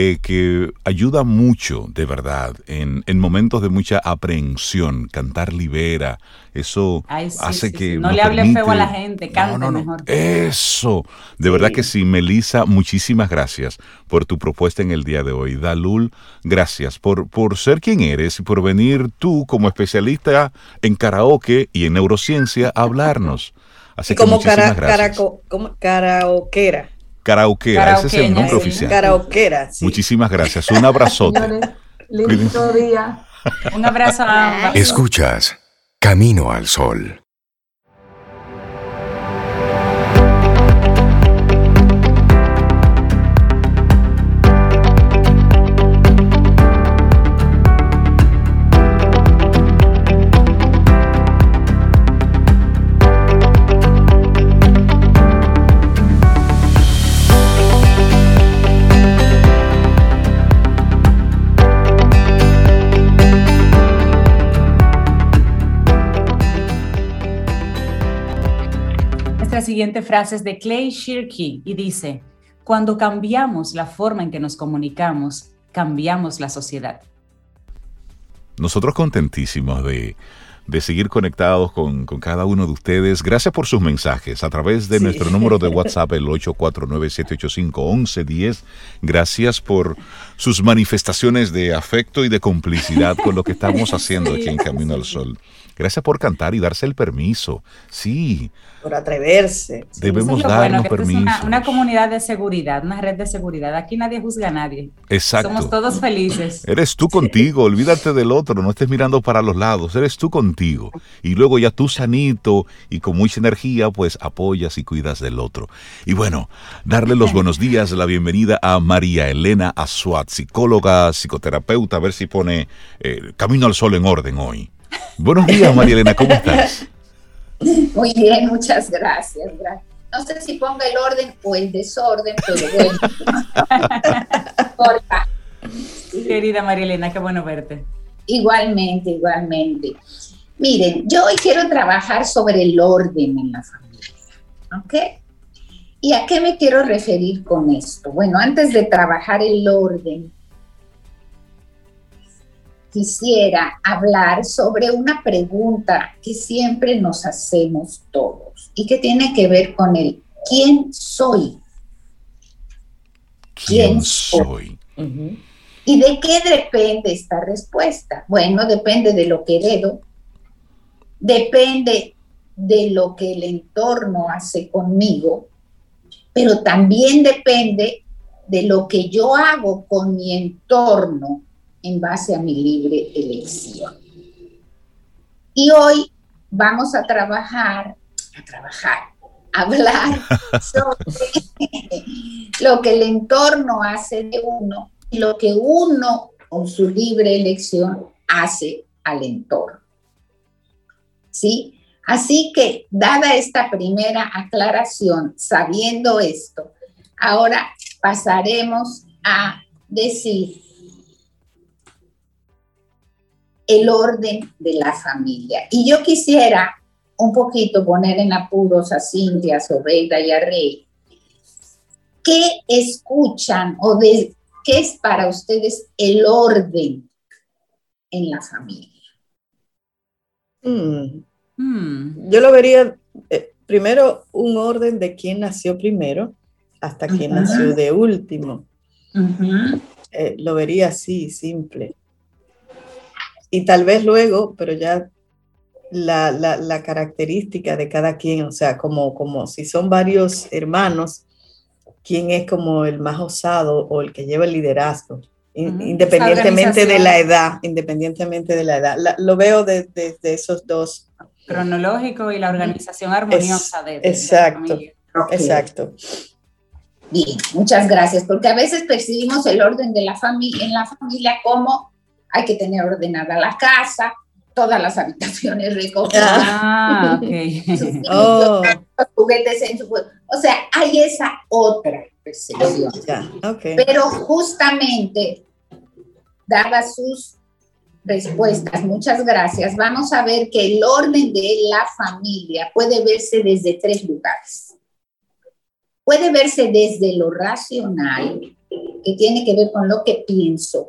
que ayuda mucho, de verdad, en momentos de mucha aprehensión. Cantar libera, eso hace que no le hable feo a la gente, cante mejor. Eso, de verdad que sí. Melissa, muchísimas gracias por tu propuesta en el día de hoy. Dalul, gracias por ser quien eres y por venir tú como especialista en karaoke y en neurociencia a hablarnos. Así que muchísimas gracias. Como karaoquera. Karaoquera, ese es el nombre oficial. Karaoquera, sí. Muchísimas gracias. Un abrazote. Señores, lindo día. Un abrazo a ambas. Escuchas Camino al Sol. La siguiente frase es de Clay Shirky y dice: cuando cambiamos la forma en que nos comunicamos, cambiamos la sociedad. Nosotros contentísimos de seguir conectados con cada uno de ustedes. Gracias por sus mensajes a través de nuestro número de WhatsApp, el 849-785-1110. Gracias por sus manifestaciones de afecto y de complicidad con lo que estamos haciendo aquí en Camino al Sol. Gracias por cantar y darse el permiso. Sí. Por atreverse. Debemos darnos permiso. Es una comunidad de seguridad, una red de seguridad. Aquí nadie juzga a nadie. Exacto. Somos todos felices. Eres tú contigo, olvídate del otro, no estés mirando para los lados, eres tú contigo. Y luego ya tú sanito y con mucha energía, pues apoyas y cuidas del otro. Y bueno, darle los buenos días, la bienvenida a María Elena Azuat, psicóloga, psicoterapeuta, a ver si pone Camino al Sol en orden hoy. Buenos días, María Elena, ¿cómo estás? Muy bien, muchas gracias. No sé si ponga el orden o el desorden, pero bueno. Porfa. Sí. Querida María Elena, qué bueno verte. Igualmente. Miren, yo hoy quiero trabajar sobre el orden en la familia, ¿ok? ¿Y a qué me quiero referir con esto? Bueno, antes de trabajar el orden, quisiera hablar sobre una pregunta que siempre nos hacemos todos y que tiene que ver con el ¿quién soy? ¿Quién soy? Uh-huh. ¿Y de qué depende esta respuesta? Bueno, depende de lo que heredo, depende de lo que el entorno hace conmigo, pero también depende de lo que yo hago con mi entorno en base a mi libre elección. Y hoy vamos a trabajar a trabajar, a hablar sobre lo que el entorno hace de uno y lo que uno, con su libre elección, hace al entorno. ¿Sí? Así que, dada esta primera aclaración, sabiendo esto, ahora pasaremos a decir el orden de la familia. Y yo quisiera un poquito poner en apuros a Cintia, a Sobeida y a Rey. ¿Qué escuchan o qué es para ustedes el orden en la familia? Yo lo vería primero un orden de quién nació primero hasta quién nació de último. Lo vería así, simple. Y tal vez luego, pero ya la característica de cada quien, o sea, como si son varios hermanos, quién es como el más osado o el que lleva el liderazgo, independientemente de la edad, lo veo desde esos dos. Cronológico y la organización armoniosa de exacto, la familia. Okay. Exacto. Bien, muchas gracias, porque a veces percibimos el orden de la familia en la familia como hay que tener ordenada la casa, todas las habitaciones recogidas, los juguetes en su... O sea, hay esa otra percepción. Pero justamente, dadas sus respuestas, muchas gracias, vamos a ver que el orden de la familia puede verse desde 3 lugares. Puede verse desde lo racional, que tiene que ver con lo que pienso.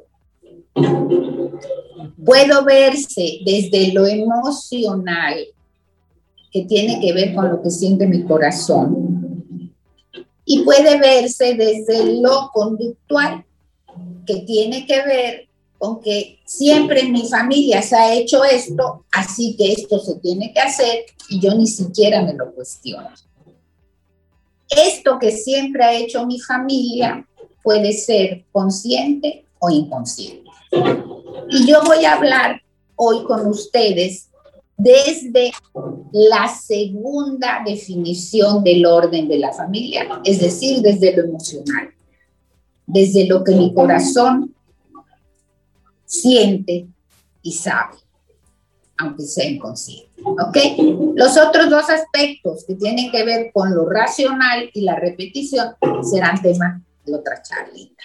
Puedo verse desde lo emocional, que tiene que ver con lo que siente mi corazón. Y puede verse desde lo conductual, que tiene que ver con que siempre en mi familia se ha hecho esto, así que esto se tiene que hacer y yo ni siquiera me lo cuestiono. Esto que siempre ha hecho mi familia puede ser consciente o inconsciente. Y yo voy a hablar hoy con ustedes desde la segunda definición del orden de la familia, es decir, desde lo emocional, desde lo que mi corazón siente y sabe, aunque sea inconsciente, ¿ok? Los otros 2 aspectos que tienen que ver con lo racional y la repetición serán tema de otra charlita.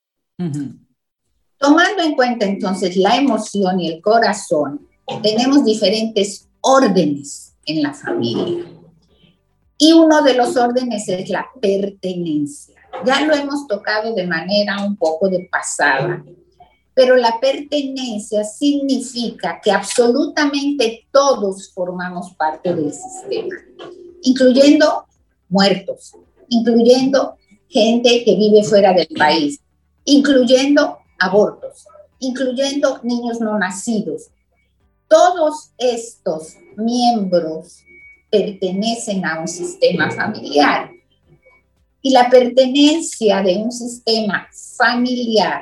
Tomando en cuenta entonces la emoción y el corazón, tenemos diferentes órdenes en la familia. Y uno de los órdenes es la pertenencia. Ya lo hemos tocado de manera un poco de pasada, pero la pertenencia significa que absolutamente todos formamos parte del sistema, incluyendo muertos, incluyendo gente que vive fuera del país, incluyendo abortos, incluyendo niños no nacidos. Todos estos miembros pertenecen a un sistema familiar. Y la pertenencia de un sistema familiar,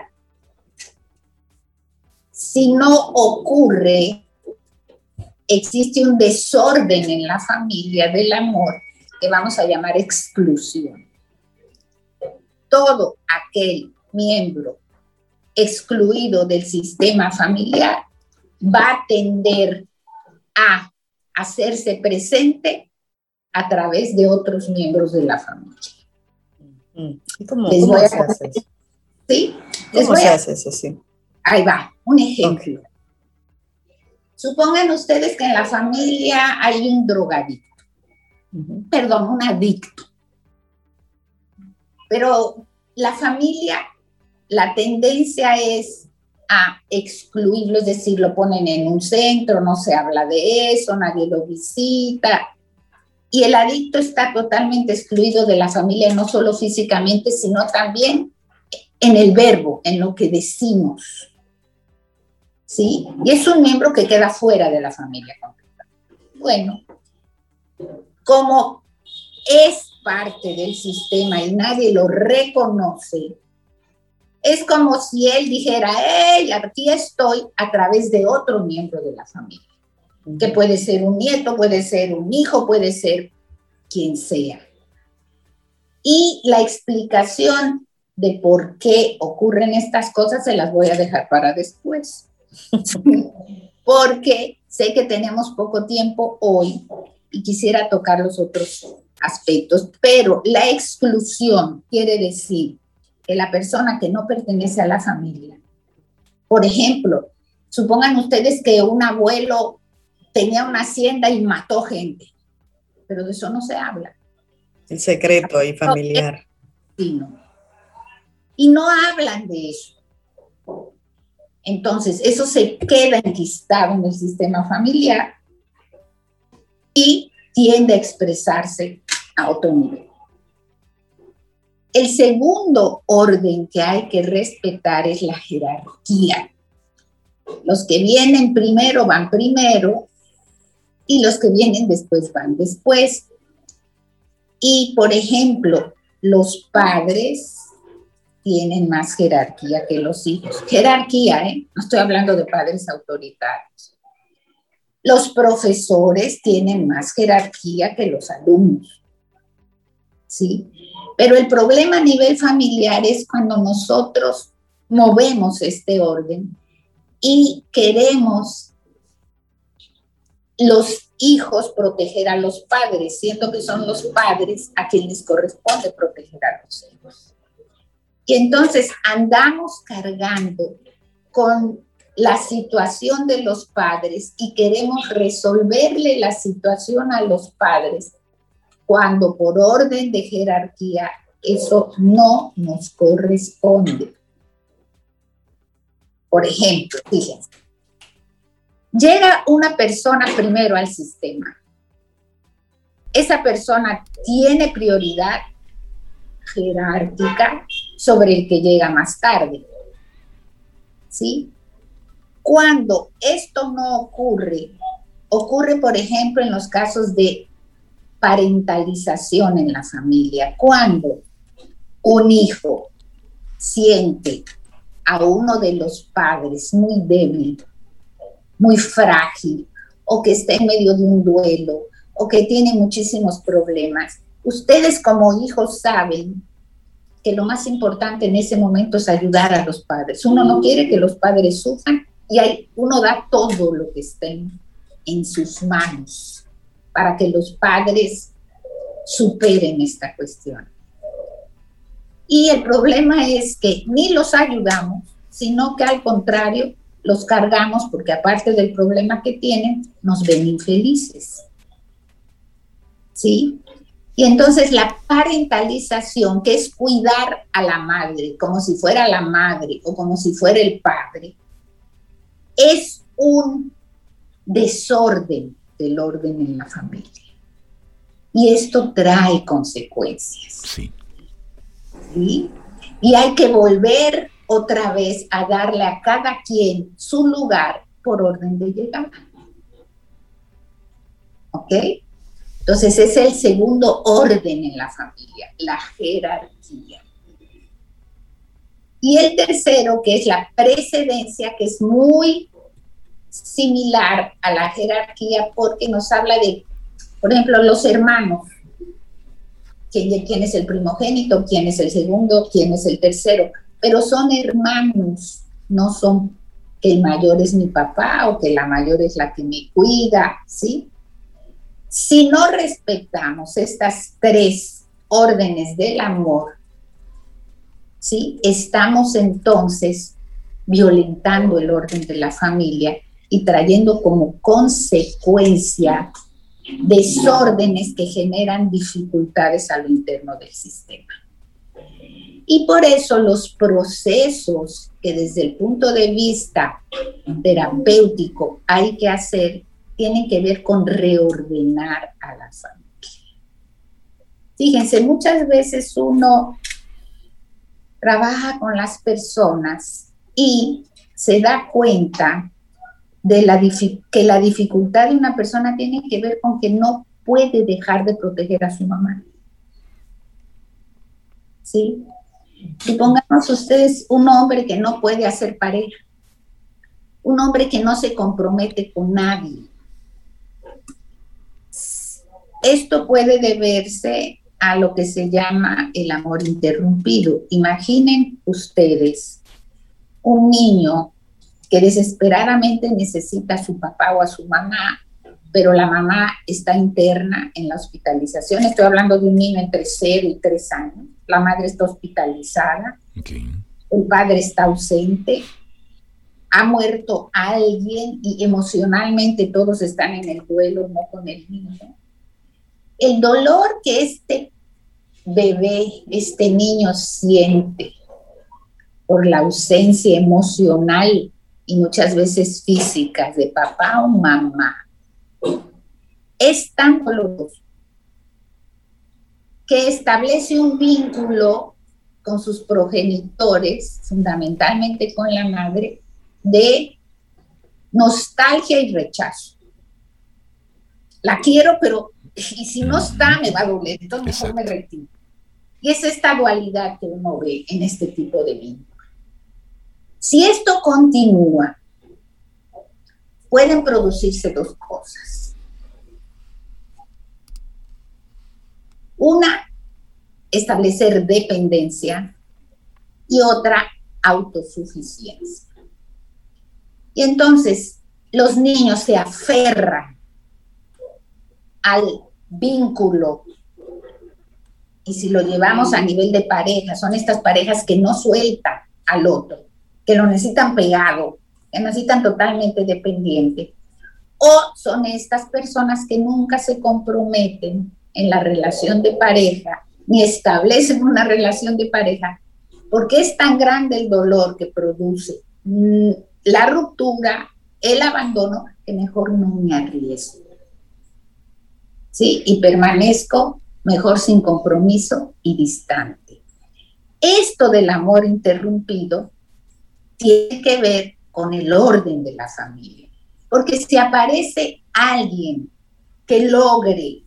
si no ocurre, existe un desorden en la familia del amor que vamos a llamar exclusión. Todo aquel miembro excluido del sistema familiar va a tender a hacerse presente a través de otros miembros de la familia. ¿Cómo se hace eso? ¿Sí? ¿Cómo se hace eso? Sí. Ahí va, un ejemplo. Okay. Supongan ustedes que en la familia hay un drogadicto, perdón, un adicto. Pero la familia, la tendencia es a excluirlo, es decir, lo ponen en un centro, no se habla de eso, nadie lo visita. Y el adicto está totalmente excluido de la familia, no solo físicamente, sino también en el verbo, en lo que decimos. ¿Sí? Y es un miembro que queda fuera de la familia completa. Bueno, como es parte del sistema y nadie lo reconoce, es como si él dijera, ¡hey, aquí estoy!, a través de otro miembro de la familia. que puede ser un nieto, puede ser un hijo, puede ser quien sea. Y la explicación de por qué ocurren estas cosas se las voy a dejar para después. Porque sé que tenemos poco tiempo hoy y quisiera tocar los otros aspectos, pero la exclusión quiere decir que la persona que no pertenece a la familia, por ejemplo, supongan ustedes que un abuelo tenía una hacienda y mató gente, pero de eso no se habla. El secreto ahí familiar. Y no hablan de eso. Entonces, eso se queda enquistado en el sistema familiar y tiende a expresarse a otro nivel. El segundo orden que hay que respetar es la jerarquía. Los que vienen primero van primero y los que vienen después van después. Y, por ejemplo, los padres tienen más jerarquía que los hijos. Jerarquía, no estoy hablando de padres autoritarios. Los profesores tienen más jerarquía que los alumnos, ¿sí? Pero el problema a nivel familiar es cuando nosotros movemos este orden y queremos los hijos proteger a los padres, siendo que son los padres a quienes les corresponde proteger a los hijos. Y entonces andamos cargando con la situación de los padres y queremos resolverle la situación a los padres cuando por orden de jerarquía eso no nos corresponde. Por ejemplo, fíjense, llega una persona primero al sistema. Esa persona tiene prioridad jerárquica sobre el que llega más tarde, ¿sí? Cuando esto no ocurre, por ejemplo, en los casos de parentalización en la familia, cuando un hijo siente a uno de los padres muy débil, muy frágil, o que está en medio de un duelo, o que tiene muchísimos problemas, ustedes como hijos saben que lo más importante en ese momento es ayudar a los padres. Uno no quiere que los padres sufran y uno da todo lo que esté en sus manos para que los padres superen esta cuestión. Y el problema es que ni los ayudamos, sino que al contrario, los cargamos porque aparte del problema que tienen, nos ven infelices. ¿Sí? Y entonces la parentalización, que es cuidar a la madre como si fuera la madre o como si fuera el padre, es un desorden del orden en la familia. Y esto trae consecuencias. Sí. ¿Sí? Y hay que volver otra vez a darle a cada quien su lugar por orden de llegada. ¿Ok? Entonces es el segundo orden en la familia, la jerarquía. Y el tercero, que es la precedencia, que es muy similar a la jerarquía porque nos habla de, por ejemplo, los hermanos. ¿Quién es el primogénito? ¿Quién es el segundo? ¿Quién es el tercero? Pero son hermanos, no son que el mayor es mi papá o que la mayor es la que me cuida, ¿sí? Si no respetamos estas tres órdenes del amor, ¿sí? Estamos entonces violentando el orden de la familia y trayendo como consecuencia desórdenes que generan dificultades a lo interno del sistema. Y por eso los procesos que desde el punto de vista terapéutico hay que hacer tienen que ver con reordenar a la familia. Fíjense, muchas veces uno trabaja con las personas y se da cuenta de que la dificultad de una persona tiene que ver con que no puede dejar de proteger a su mamá. ¿Sí? Supongamos ustedes un hombre que no puede hacer pareja, un hombre que no se compromete con nadie, Esto puede deberse a lo que se llama el amor interrumpido. Imaginen ustedes un niño que desesperadamente necesita a su papá o a su mamá, pero la mamá está interna en la hospitalización. Estoy hablando de un niño entre 0 y 3 años. La madre está hospitalizada, el padre está ausente, ha muerto alguien y emocionalmente todos están en el duelo, no con el niño. El dolor que este bebé, este niño siente por la ausencia emocional y muchas veces física de papá o mamá es tan doloroso que establece un vínculo con sus progenitores, fundamentalmente con la madre, de nostalgia y rechazo. La quiero, pero y si no está, me va a doler, entonces mejor me retiro. Y es esta dualidad que uno ve en este tipo de vínculo. Si esto continúa, pueden producirse 2 cosas. Una, establecer dependencia, y otra, autosuficiencia. Y entonces los niños se aferran al vínculo, y si lo llevamos a nivel de pareja, son estas parejas que no sueltan al otro, que lo necesitan pegado, que necesitan totalmente dependiente, o son estas personas que nunca se comprometen en la relación de pareja, ni establecen una relación de pareja, porque es tan grande el dolor que produce la ruptura, el abandono, que mejor no me arriesgo. ¿Sí? Y permanezco mejor sin compromiso y distante. Esto del amor interrumpido tiene que ver con el orden de la familia, porque si aparece alguien que logre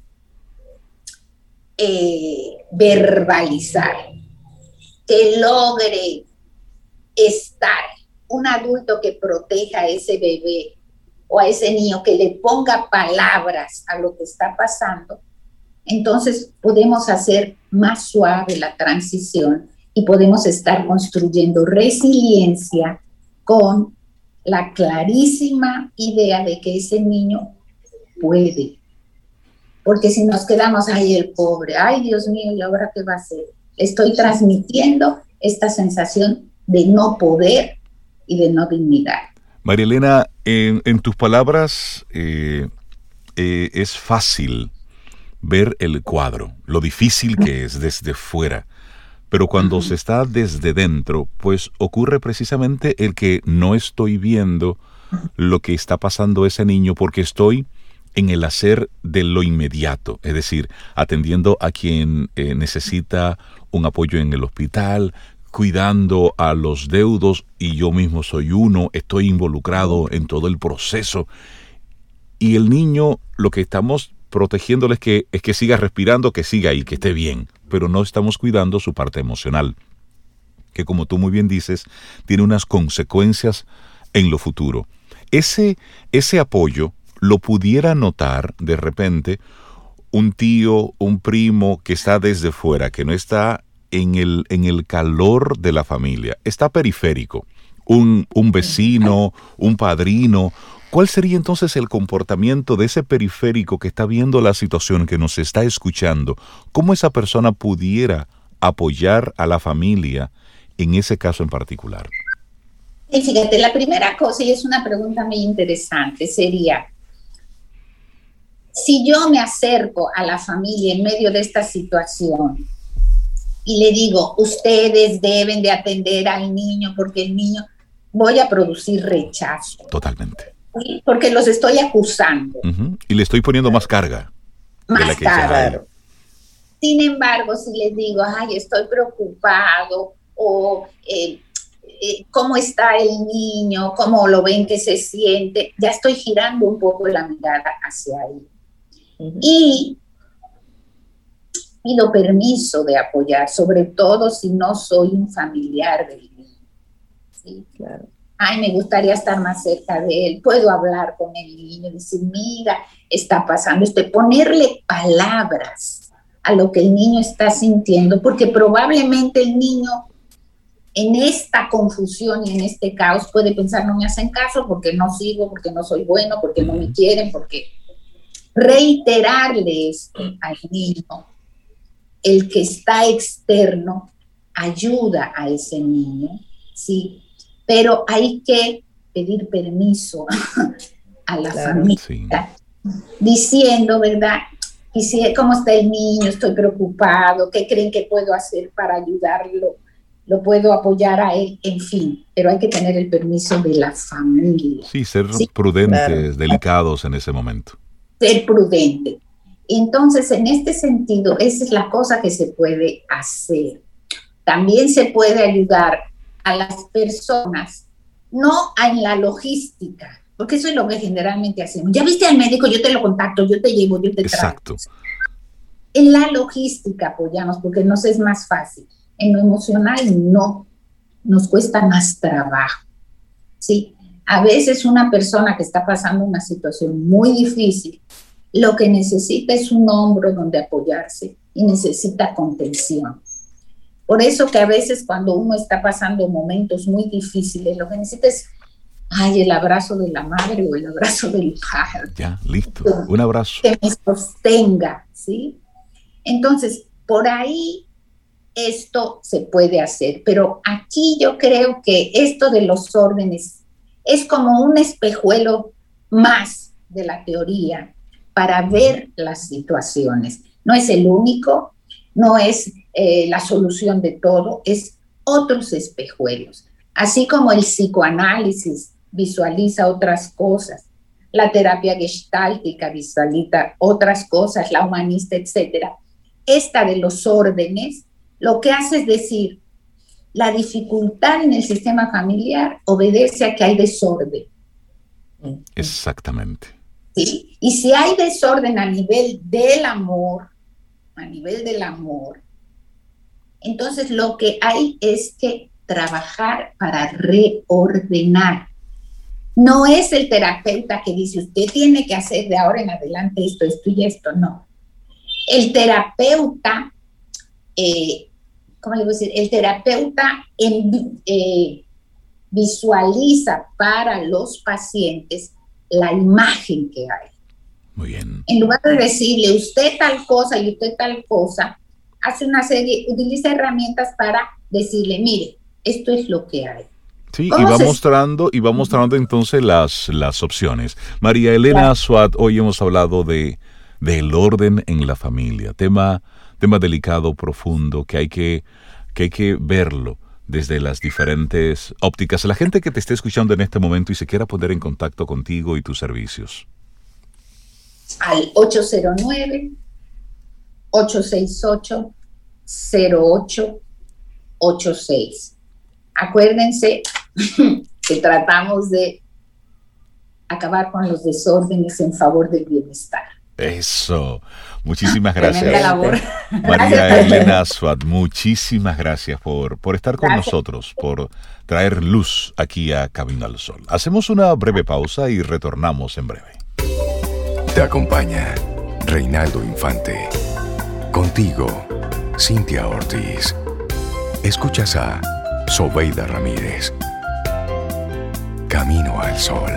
verbalizar, que logre estar, un adulto que proteja a ese bebé o a ese niño, que le ponga palabras a lo que está pasando, entonces podemos hacer más suave la transición y podemos estar construyendo resiliencia con la clarísima idea de que ese niño puede. Porque si nos quedamos, ay, el pobre, ay, Dios mío, ¿y ahora qué va a hacer? Estoy transmitiendo esta sensación de no poder y de no dignidad. María Elena, en tus palabras es fácil ver el cuadro, lo difícil que es desde fuera, pero cuando se está desde dentro, pues ocurre precisamente el que no estoy viendo lo que está pasando ese niño porque estoy en el hacer de lo inmediato, es decir, atendiendo a quien necesita un apoyo en el hospital, cuidando a los deudos, y yo mismo soy uno, estoy involucrado en todo el proceso. Y el niño, lo que estamos protegiéndole es que siga respirando, que siga ahí, que esté bien, pero no estamos cuidando su parte emocional, que como tú muy bien dices, tiene unas consecuencias en lo futuro. Ese apoyo lo pudiera notar de repente un tío, un primo que está desde fuera, que no está en el calor de la familia, está periférico, un vecino, un padrino. ¿Cuál sería entonces el comportamiento de ese periférico que está viendo la situación, que nos está escuchando? ¿Cómo esa persona pudiera apoyar a la familia en ese caso en particular? Y fíjate, la primera cosa, y es una pregunta muy interesante, sería, si yo me acerco a la familia en medio de esta situación y le digo, ustedes deben de atender al niño porque el niño, voy a producir rechazo. Totalmente. ¿Sí? Porque los estoy acusando. Y le estoy poniendo más carga. Más carga. Sin embargo, si les digo, ay, estoy preocupado, o cómo está el niño, cómo lo ven que se siente, ya estoy girando un poco la mirada hacia ahí. Y pido permiso de apoyar, sobre todo si no soy un familiar del niño. ¿Sí? Claro. ay, me gustaría estar más cerca de él, puedo hablar con el niño, decir, mira, está pasando esto, ponerle palabras a lo que el niño está sintiendo, porque probablemente el niño en esta confusión y en este caos puede pensar, no me hacen caso porque no sigo, porque no soy bueno, porque no me quieren, porque reiterarle esto al niño, el que está externo, ayuda a ese niño, ¿sí? Pero hay que pedir permiso a la familia, sí, diciendo, ¿verdad? ¿Cómo está el niño? Estoy preocupado, ¿qué creen que puedo hacer para ayudarlo? ¿Lo puedo apoyar a él? En fin, pero hay que tener el permiso de la familia. Sí, ser prudentes, delicados en ese momento. Ser prudente. Entonces, en este sentido, esa es la cosa que se puede hacer. También se puede ayudar a las personas, no en la logística, porque eso es lo que generalmente hacemos. Ya viste al médico, yo te lo contacto, yo te llevo, yo te traigo. Exacto. En la logística apoyamos, porque nos es más fácil. En lo emocional no, nos cuesta más trabajo, ¿sí? A veces una persona que está pasando una situación muy difícil, lo que necesita es un hombro donde apoyarse y necesita contención. Por eso que a veces cuando uno está pasando momentos muy difíciles, lo que necesita es, el abrazo de la madre o el abrazo del padre. Ya, listo, un abrazo. Que me sostenga, ¿sí? Entonces, por ahí esto se puede hacer, pero aquí yo creo que esto de los órdenes es como un espejuelo más de la teoría para ver las situaciones. No es el único, no es la solución de todo, es otros espejuelos. Así como el psicoanálisis visualiza otras cosas, la terapia gestáltica visualiza otras cosas, la humanista, etcétera. Esta de los órdenes lo que hace es decir, la dificultad en el sistema familiar obedece a que hay desorden. Exactamente. ¿Sí? Y si hay desorden a nivel del amor, entonces lo que hay es que trabajar para reordenar. No es el terapeuta que dice, usted tiene que hacer de ahora en adelante esto, esto y esto, no. El terapeuta... ¿cómo le voy a decir? El terapeuta visualiza para los pacientes la imagen que hay. Muy bien. En lugar de decirle usted tal cosa y usted tal cosa, hace una serie, utiliza herramientas para decirle, mire, esto es lo que hay. Sí, y va mostrando entonces las opciones. María Elena Azuat, hoy hemos hablado del orden en la familia, tema delicado, profundo, que hay que verlo desde las diferentes ópticas. La gente que te esté escuchando en este momento y se quiera poner en contacto contigo y tus servicios. Al 809-868-0886. Acuérdense que tratamos de acabar con los desórdenes en favor del bienestar. Eso. Muchísimas gracias. Tremenda labor. María Elena Azuat, muchísimas gracias por estar con nosotros, por traer luz aquí a Camino al Sol. Hacemos una breve pausa y retornamos en breve. Te acompaña Reinaldo Infante. Contigo, Cintia Ortiz. Escuchas a Sobeida Ramírez. Camino al Sol.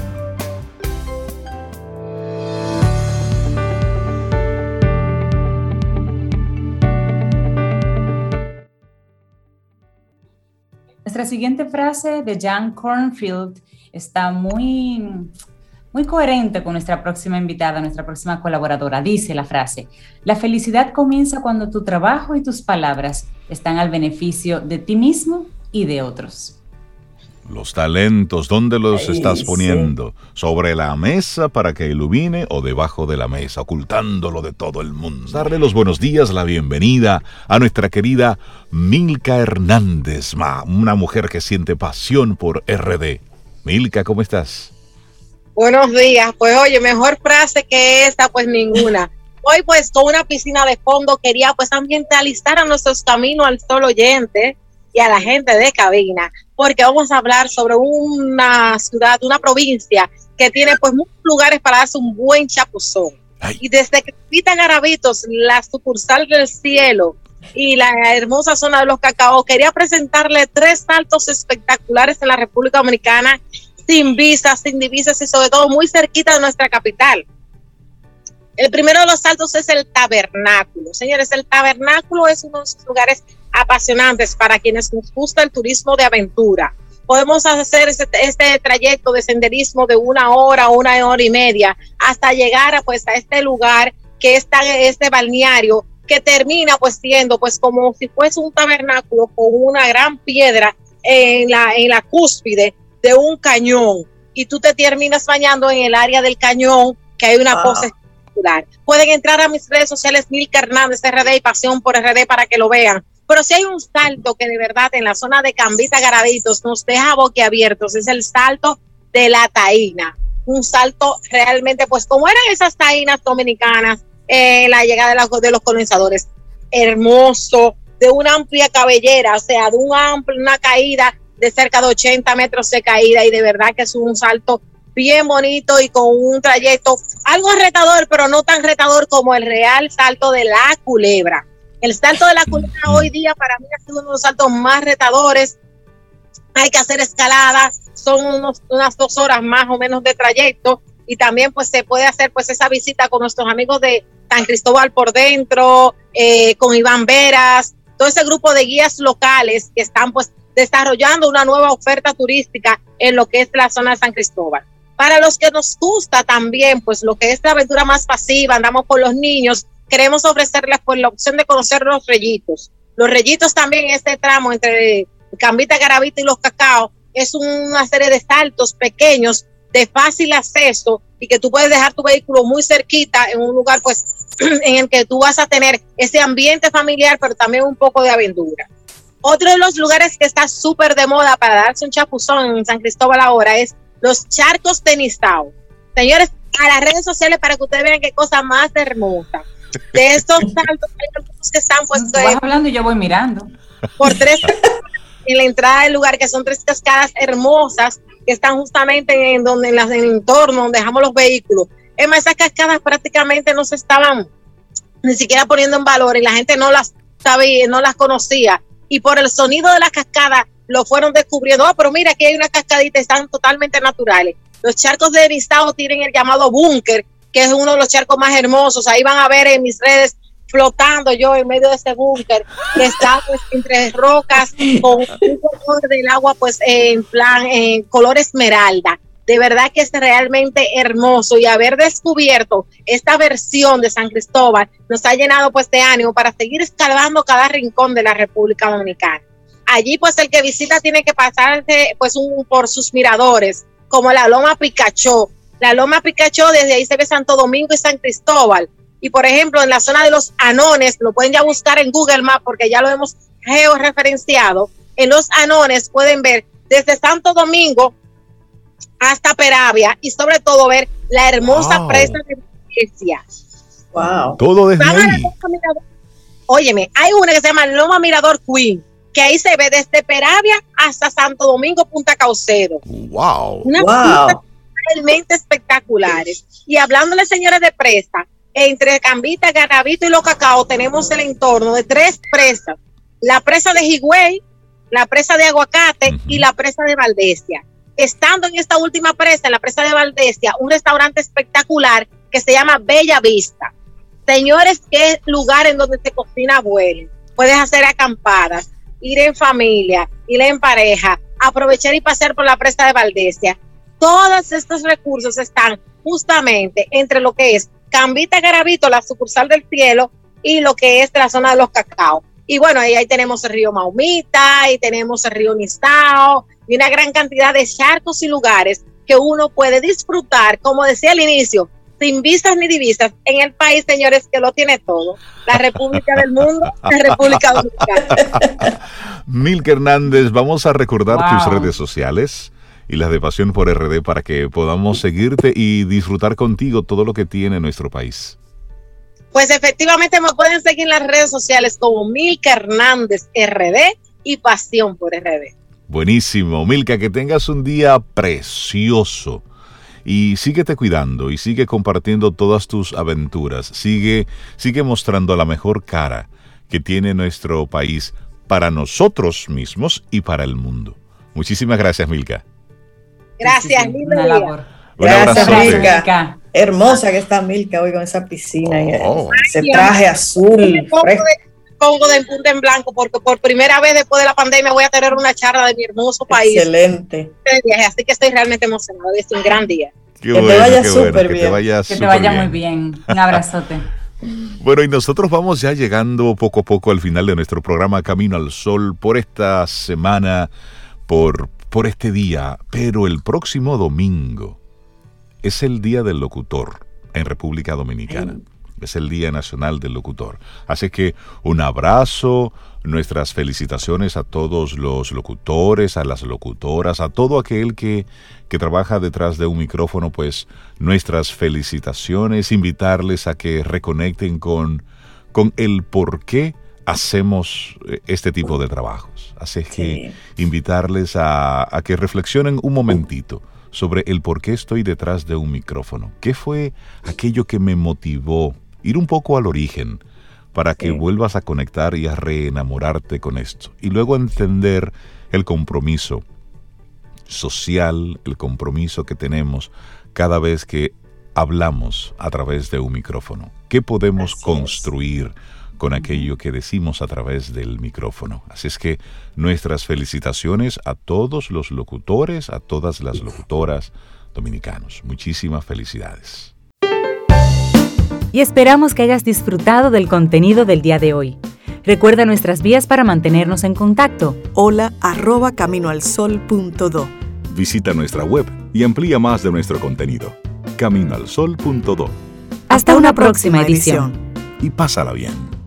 Nuestra siguiente frase de Jan Kornfield está muy coherente con nuestra próxima invitada, nuestra próxima colaboradora. Dice la frase: la felicidad comienza cuando tu trabajo y tus palabras están al beneficio de ti mismo y de otros. Los talentos, ¿dónde los estás poniendo? ¿Sobre la mesa para que ilumine o debajo de la mesa, ocultándolo de todo el mundo? Darle los buenos días, la bienvenida a nuestra querida Milka Hernández, una mujer que siente pasión por RD. Milka, ¿cómo estás? Buenos días. Pues oye, mejor frase que esta, pues ninguna. Hoy pues con una piscina de fondo quería pues ambientalizar a nuestros Camino al Sol oyentes y a la gente de cabina porque vamos a hablar sobre una ciudad, una provincia que tiene pues muchos lugares para darse un buen chapuzón. Ay. Y desde que Cambita Garavitos, la sucursal del cielo y la hermosa zona de los Cacao, quería presentarle 3 saltos espectaculares en la República Dominicana, sin visas, sin divisas y sobre todo muy cerquita de nuestra capital. El primero de los saltos es el Tabernáculo. Señores, el Tabernáculo es uno de esos lugares apasionantes para quienes nos gusta el turismo de aventura. Podemos hacer este trayecto de senderismo de 1 hora, 1 hora y media, hasta llegar a este lugar que está este balneario, que termina pues siendo pues como si fuese un tabernáculo con una gran piedra en la cúspide de un cañón, y tú te terminas bañando en el área del cañón, que hay una pose espectacular. Pueden entrar a mis redes sociales, Milka Hernández RD y Pasión por RD, para que lo vean. Pero si hay un salto que de verdad en la zona de Cambita Garavitos nos deja boquiabiertos, es el salto de la taína. Un salto realmente, pues como eran esas taínas dominicanas, la llegada de los colonizadores, hermoso, de una amplia cabellera, o sea, de una caída de cerca de 80 metros de caída, y de verdad que es un salto bien bonito y con un trayecto algo retador, pero no tan retador como el real salto de la Culebra. El salto de la Culebra hoy día para mí ha sido uno de los saltos más retadores. Hay que hacer escalada, son unas 2 horas más o menos de trayecto, y también pues se puede hacer pues esa visita con nuestros amigos de San Cristóbal por dentro, con Iván Veras, todo ese grupo de guías locales que están pues desarrollando una nueva oferta turística en lo que es la zona de San Cristóbal. Para los que nos gusta también pues lo que es la aventura más pasiva, andamos con los niños, queremos ofrecerles pues la opción de conocer los Rellitos. Los Rellitos también, este tramo entre Cambita Garavito y los Cacao, es una serie de saltos pequeños de fácil acceso, y que tú puedes dejar tu vehículo muy cerquita en un lugar pues en el que tú vas a tener ese ambiente familiar, pero también un poco de aventura. Otro de los lugares que está súper de moda para darse un chapuzón en San Cristóbal ahora es los charcos de Nizao. Señores, a las redes sociales para que ustedes vean qué cosa más hermosa. De estos saltos hay algunos que están pues tú vas hablando y yo voy mirando. Por 3 en la entrada del lugar, que son 3 cascadas hermosas que están justamente en el entorno donde dejamos los vehículos. Es más, esas cascadas prácticamente no se estaban ni siquiera poniendo en valor, y la gente no las sabía, no las conocía, y por el sonido de la cascada lo fueron descubriendo. Pero mira, aquí hay una cascadita, están totalmente naturales. Los charcos de Nizao tienen el llamado búnker, que es uno de los charcos más hermosos. Ahí van a ver en mis redes flotando yo en medio de ese búnker, que está pues entre rocas, con un color del agua pues en color esmeralda. De verdad que es realmente hermoso, y haber descubierto esta versión de San Cristóbal nos ha llenado pues de ánimo para seguir escalando cada rincón de la República Dominicana. Allí pues el que visita tiene que pasarse pues por sus miradores, como la Loma Picachó. La Loma Picachó, desde ahí se ve Santo Domingo y San Cristóbal. Y por ejemplo, en la zona de los Anones, lo pueden ya buscar en Google Maps porque ya lo hemos georreferenciado. En los Anones pueden ver desde Santo Domingo hasta Peravia, y sobre todo ver la hermosa presa de Valencia. Wow. Todo desde ahí. Óyeme, hay una que se llama Loma Mirador Queen, que ahí se ve desde Peravia hasta Santo Domingo, Punta Caucedo. Wow. Unas vistas realmente espectaculares. Y hablándole, señores, de presa, entre Cambita, Garavito y Los Cacao tenemos el entorno de 3 presas: la presa de Higüey, la presa de Aguacate y la presa de Valdesia. Estando en esta última presa, en la presa de Valdesia, un restaurante espectacular que se llama Bella Vista. Señores, qué lugar en donde se cocina bueno. Puedes hacer acampadas, ir en familia, ir en pareja, aprovechar y pasear por la presa de Valdesia. Todos estos recursos están justamente entre lo que es Cambita Garavito, la sucursal del cielo, y lo que es la zona de los Cacao. Y bueno, ahí tenemos el río Maumita, y tenemos el río Nizao, y una gran cantidad de charcos y lugares que uno puede disfrutar, como decía al inicio, sin visas ni divisas, en el país, señores, que lo tiene todo. La República del Mundo, la República Dominicana. Milka Hernández, vamos a recordar tus redes sociales y las de Pasión por RD para que podamos seguirte y disfrutar contigo todo lo que tiene nuestro país. Pues efectivamente me pueden seguir en las redes sociales como Milka Hernández RD y Pasión por RD. Buenísimo. Milka, que tengas un día precioso. Y síguete cuidando y sigue compartiendo todas tus aventuras. Sigue mostrando la mejor cara que tiene nuestro país para nosotros mismos y para el mundo. Muchísimas gracias, Milka. Gracias, Una labor. Gracias, Milka. Hermosa que está Milka hoy con esa piscina y ese traje azul. Pongo de punta en blanco porque por primera vez después de la pandemia voy a tener una charla de mi hermoso país. Excelente. Así que estoy realmente emocionada. Es un gran día. Que te vaya súper bien. Que te vaya muy bien. Un abrazote. Bueno, y nosotros vamos ya llegando poco a poco al final de nuestro programa Camino al Sol por esta semana, por este día. Pero el próximo domingo es el Día del Locutor en República Dominicana. Es el Día Nacional del Locutor. Así que un abrazo, nuestras felicitaciones a todos los locutores, a las locutoras, a todo aquel que trabaja detrás de un micrófono, pues nuestras felicitaciones, invitarles a que reconecten con el por qué hacemos este tipo de trabajos. Así que invitarles a que reflexionen un momentito sobre el por qué estoy detrás de un micrófono. ¿Qué fue aquello que me motivó? Ir un poco al origen para que vuelvas a conectar y a reenamorarte con esto. Y luego entender el compromiso social, el compromiso que tenemos cada vez que hablamos a través de un micrófono. ¿Qué podemos construir con aquello que decimos a través del micrófono? Así es que nuestras felicitaciones a todos los locutores, a todas las locutoras dominicanos. Muchísimas felicidades. Y esperamos que hayas disfrutado del contenido del día de hoy. Recuerda nuestras vías para mantenernos en contacto. hola@caminoalsol.do. Visita nuestra web y amplía más de nuestro contenido. caminoalsol.do. Hasta una próxima edición. Y pásala bien.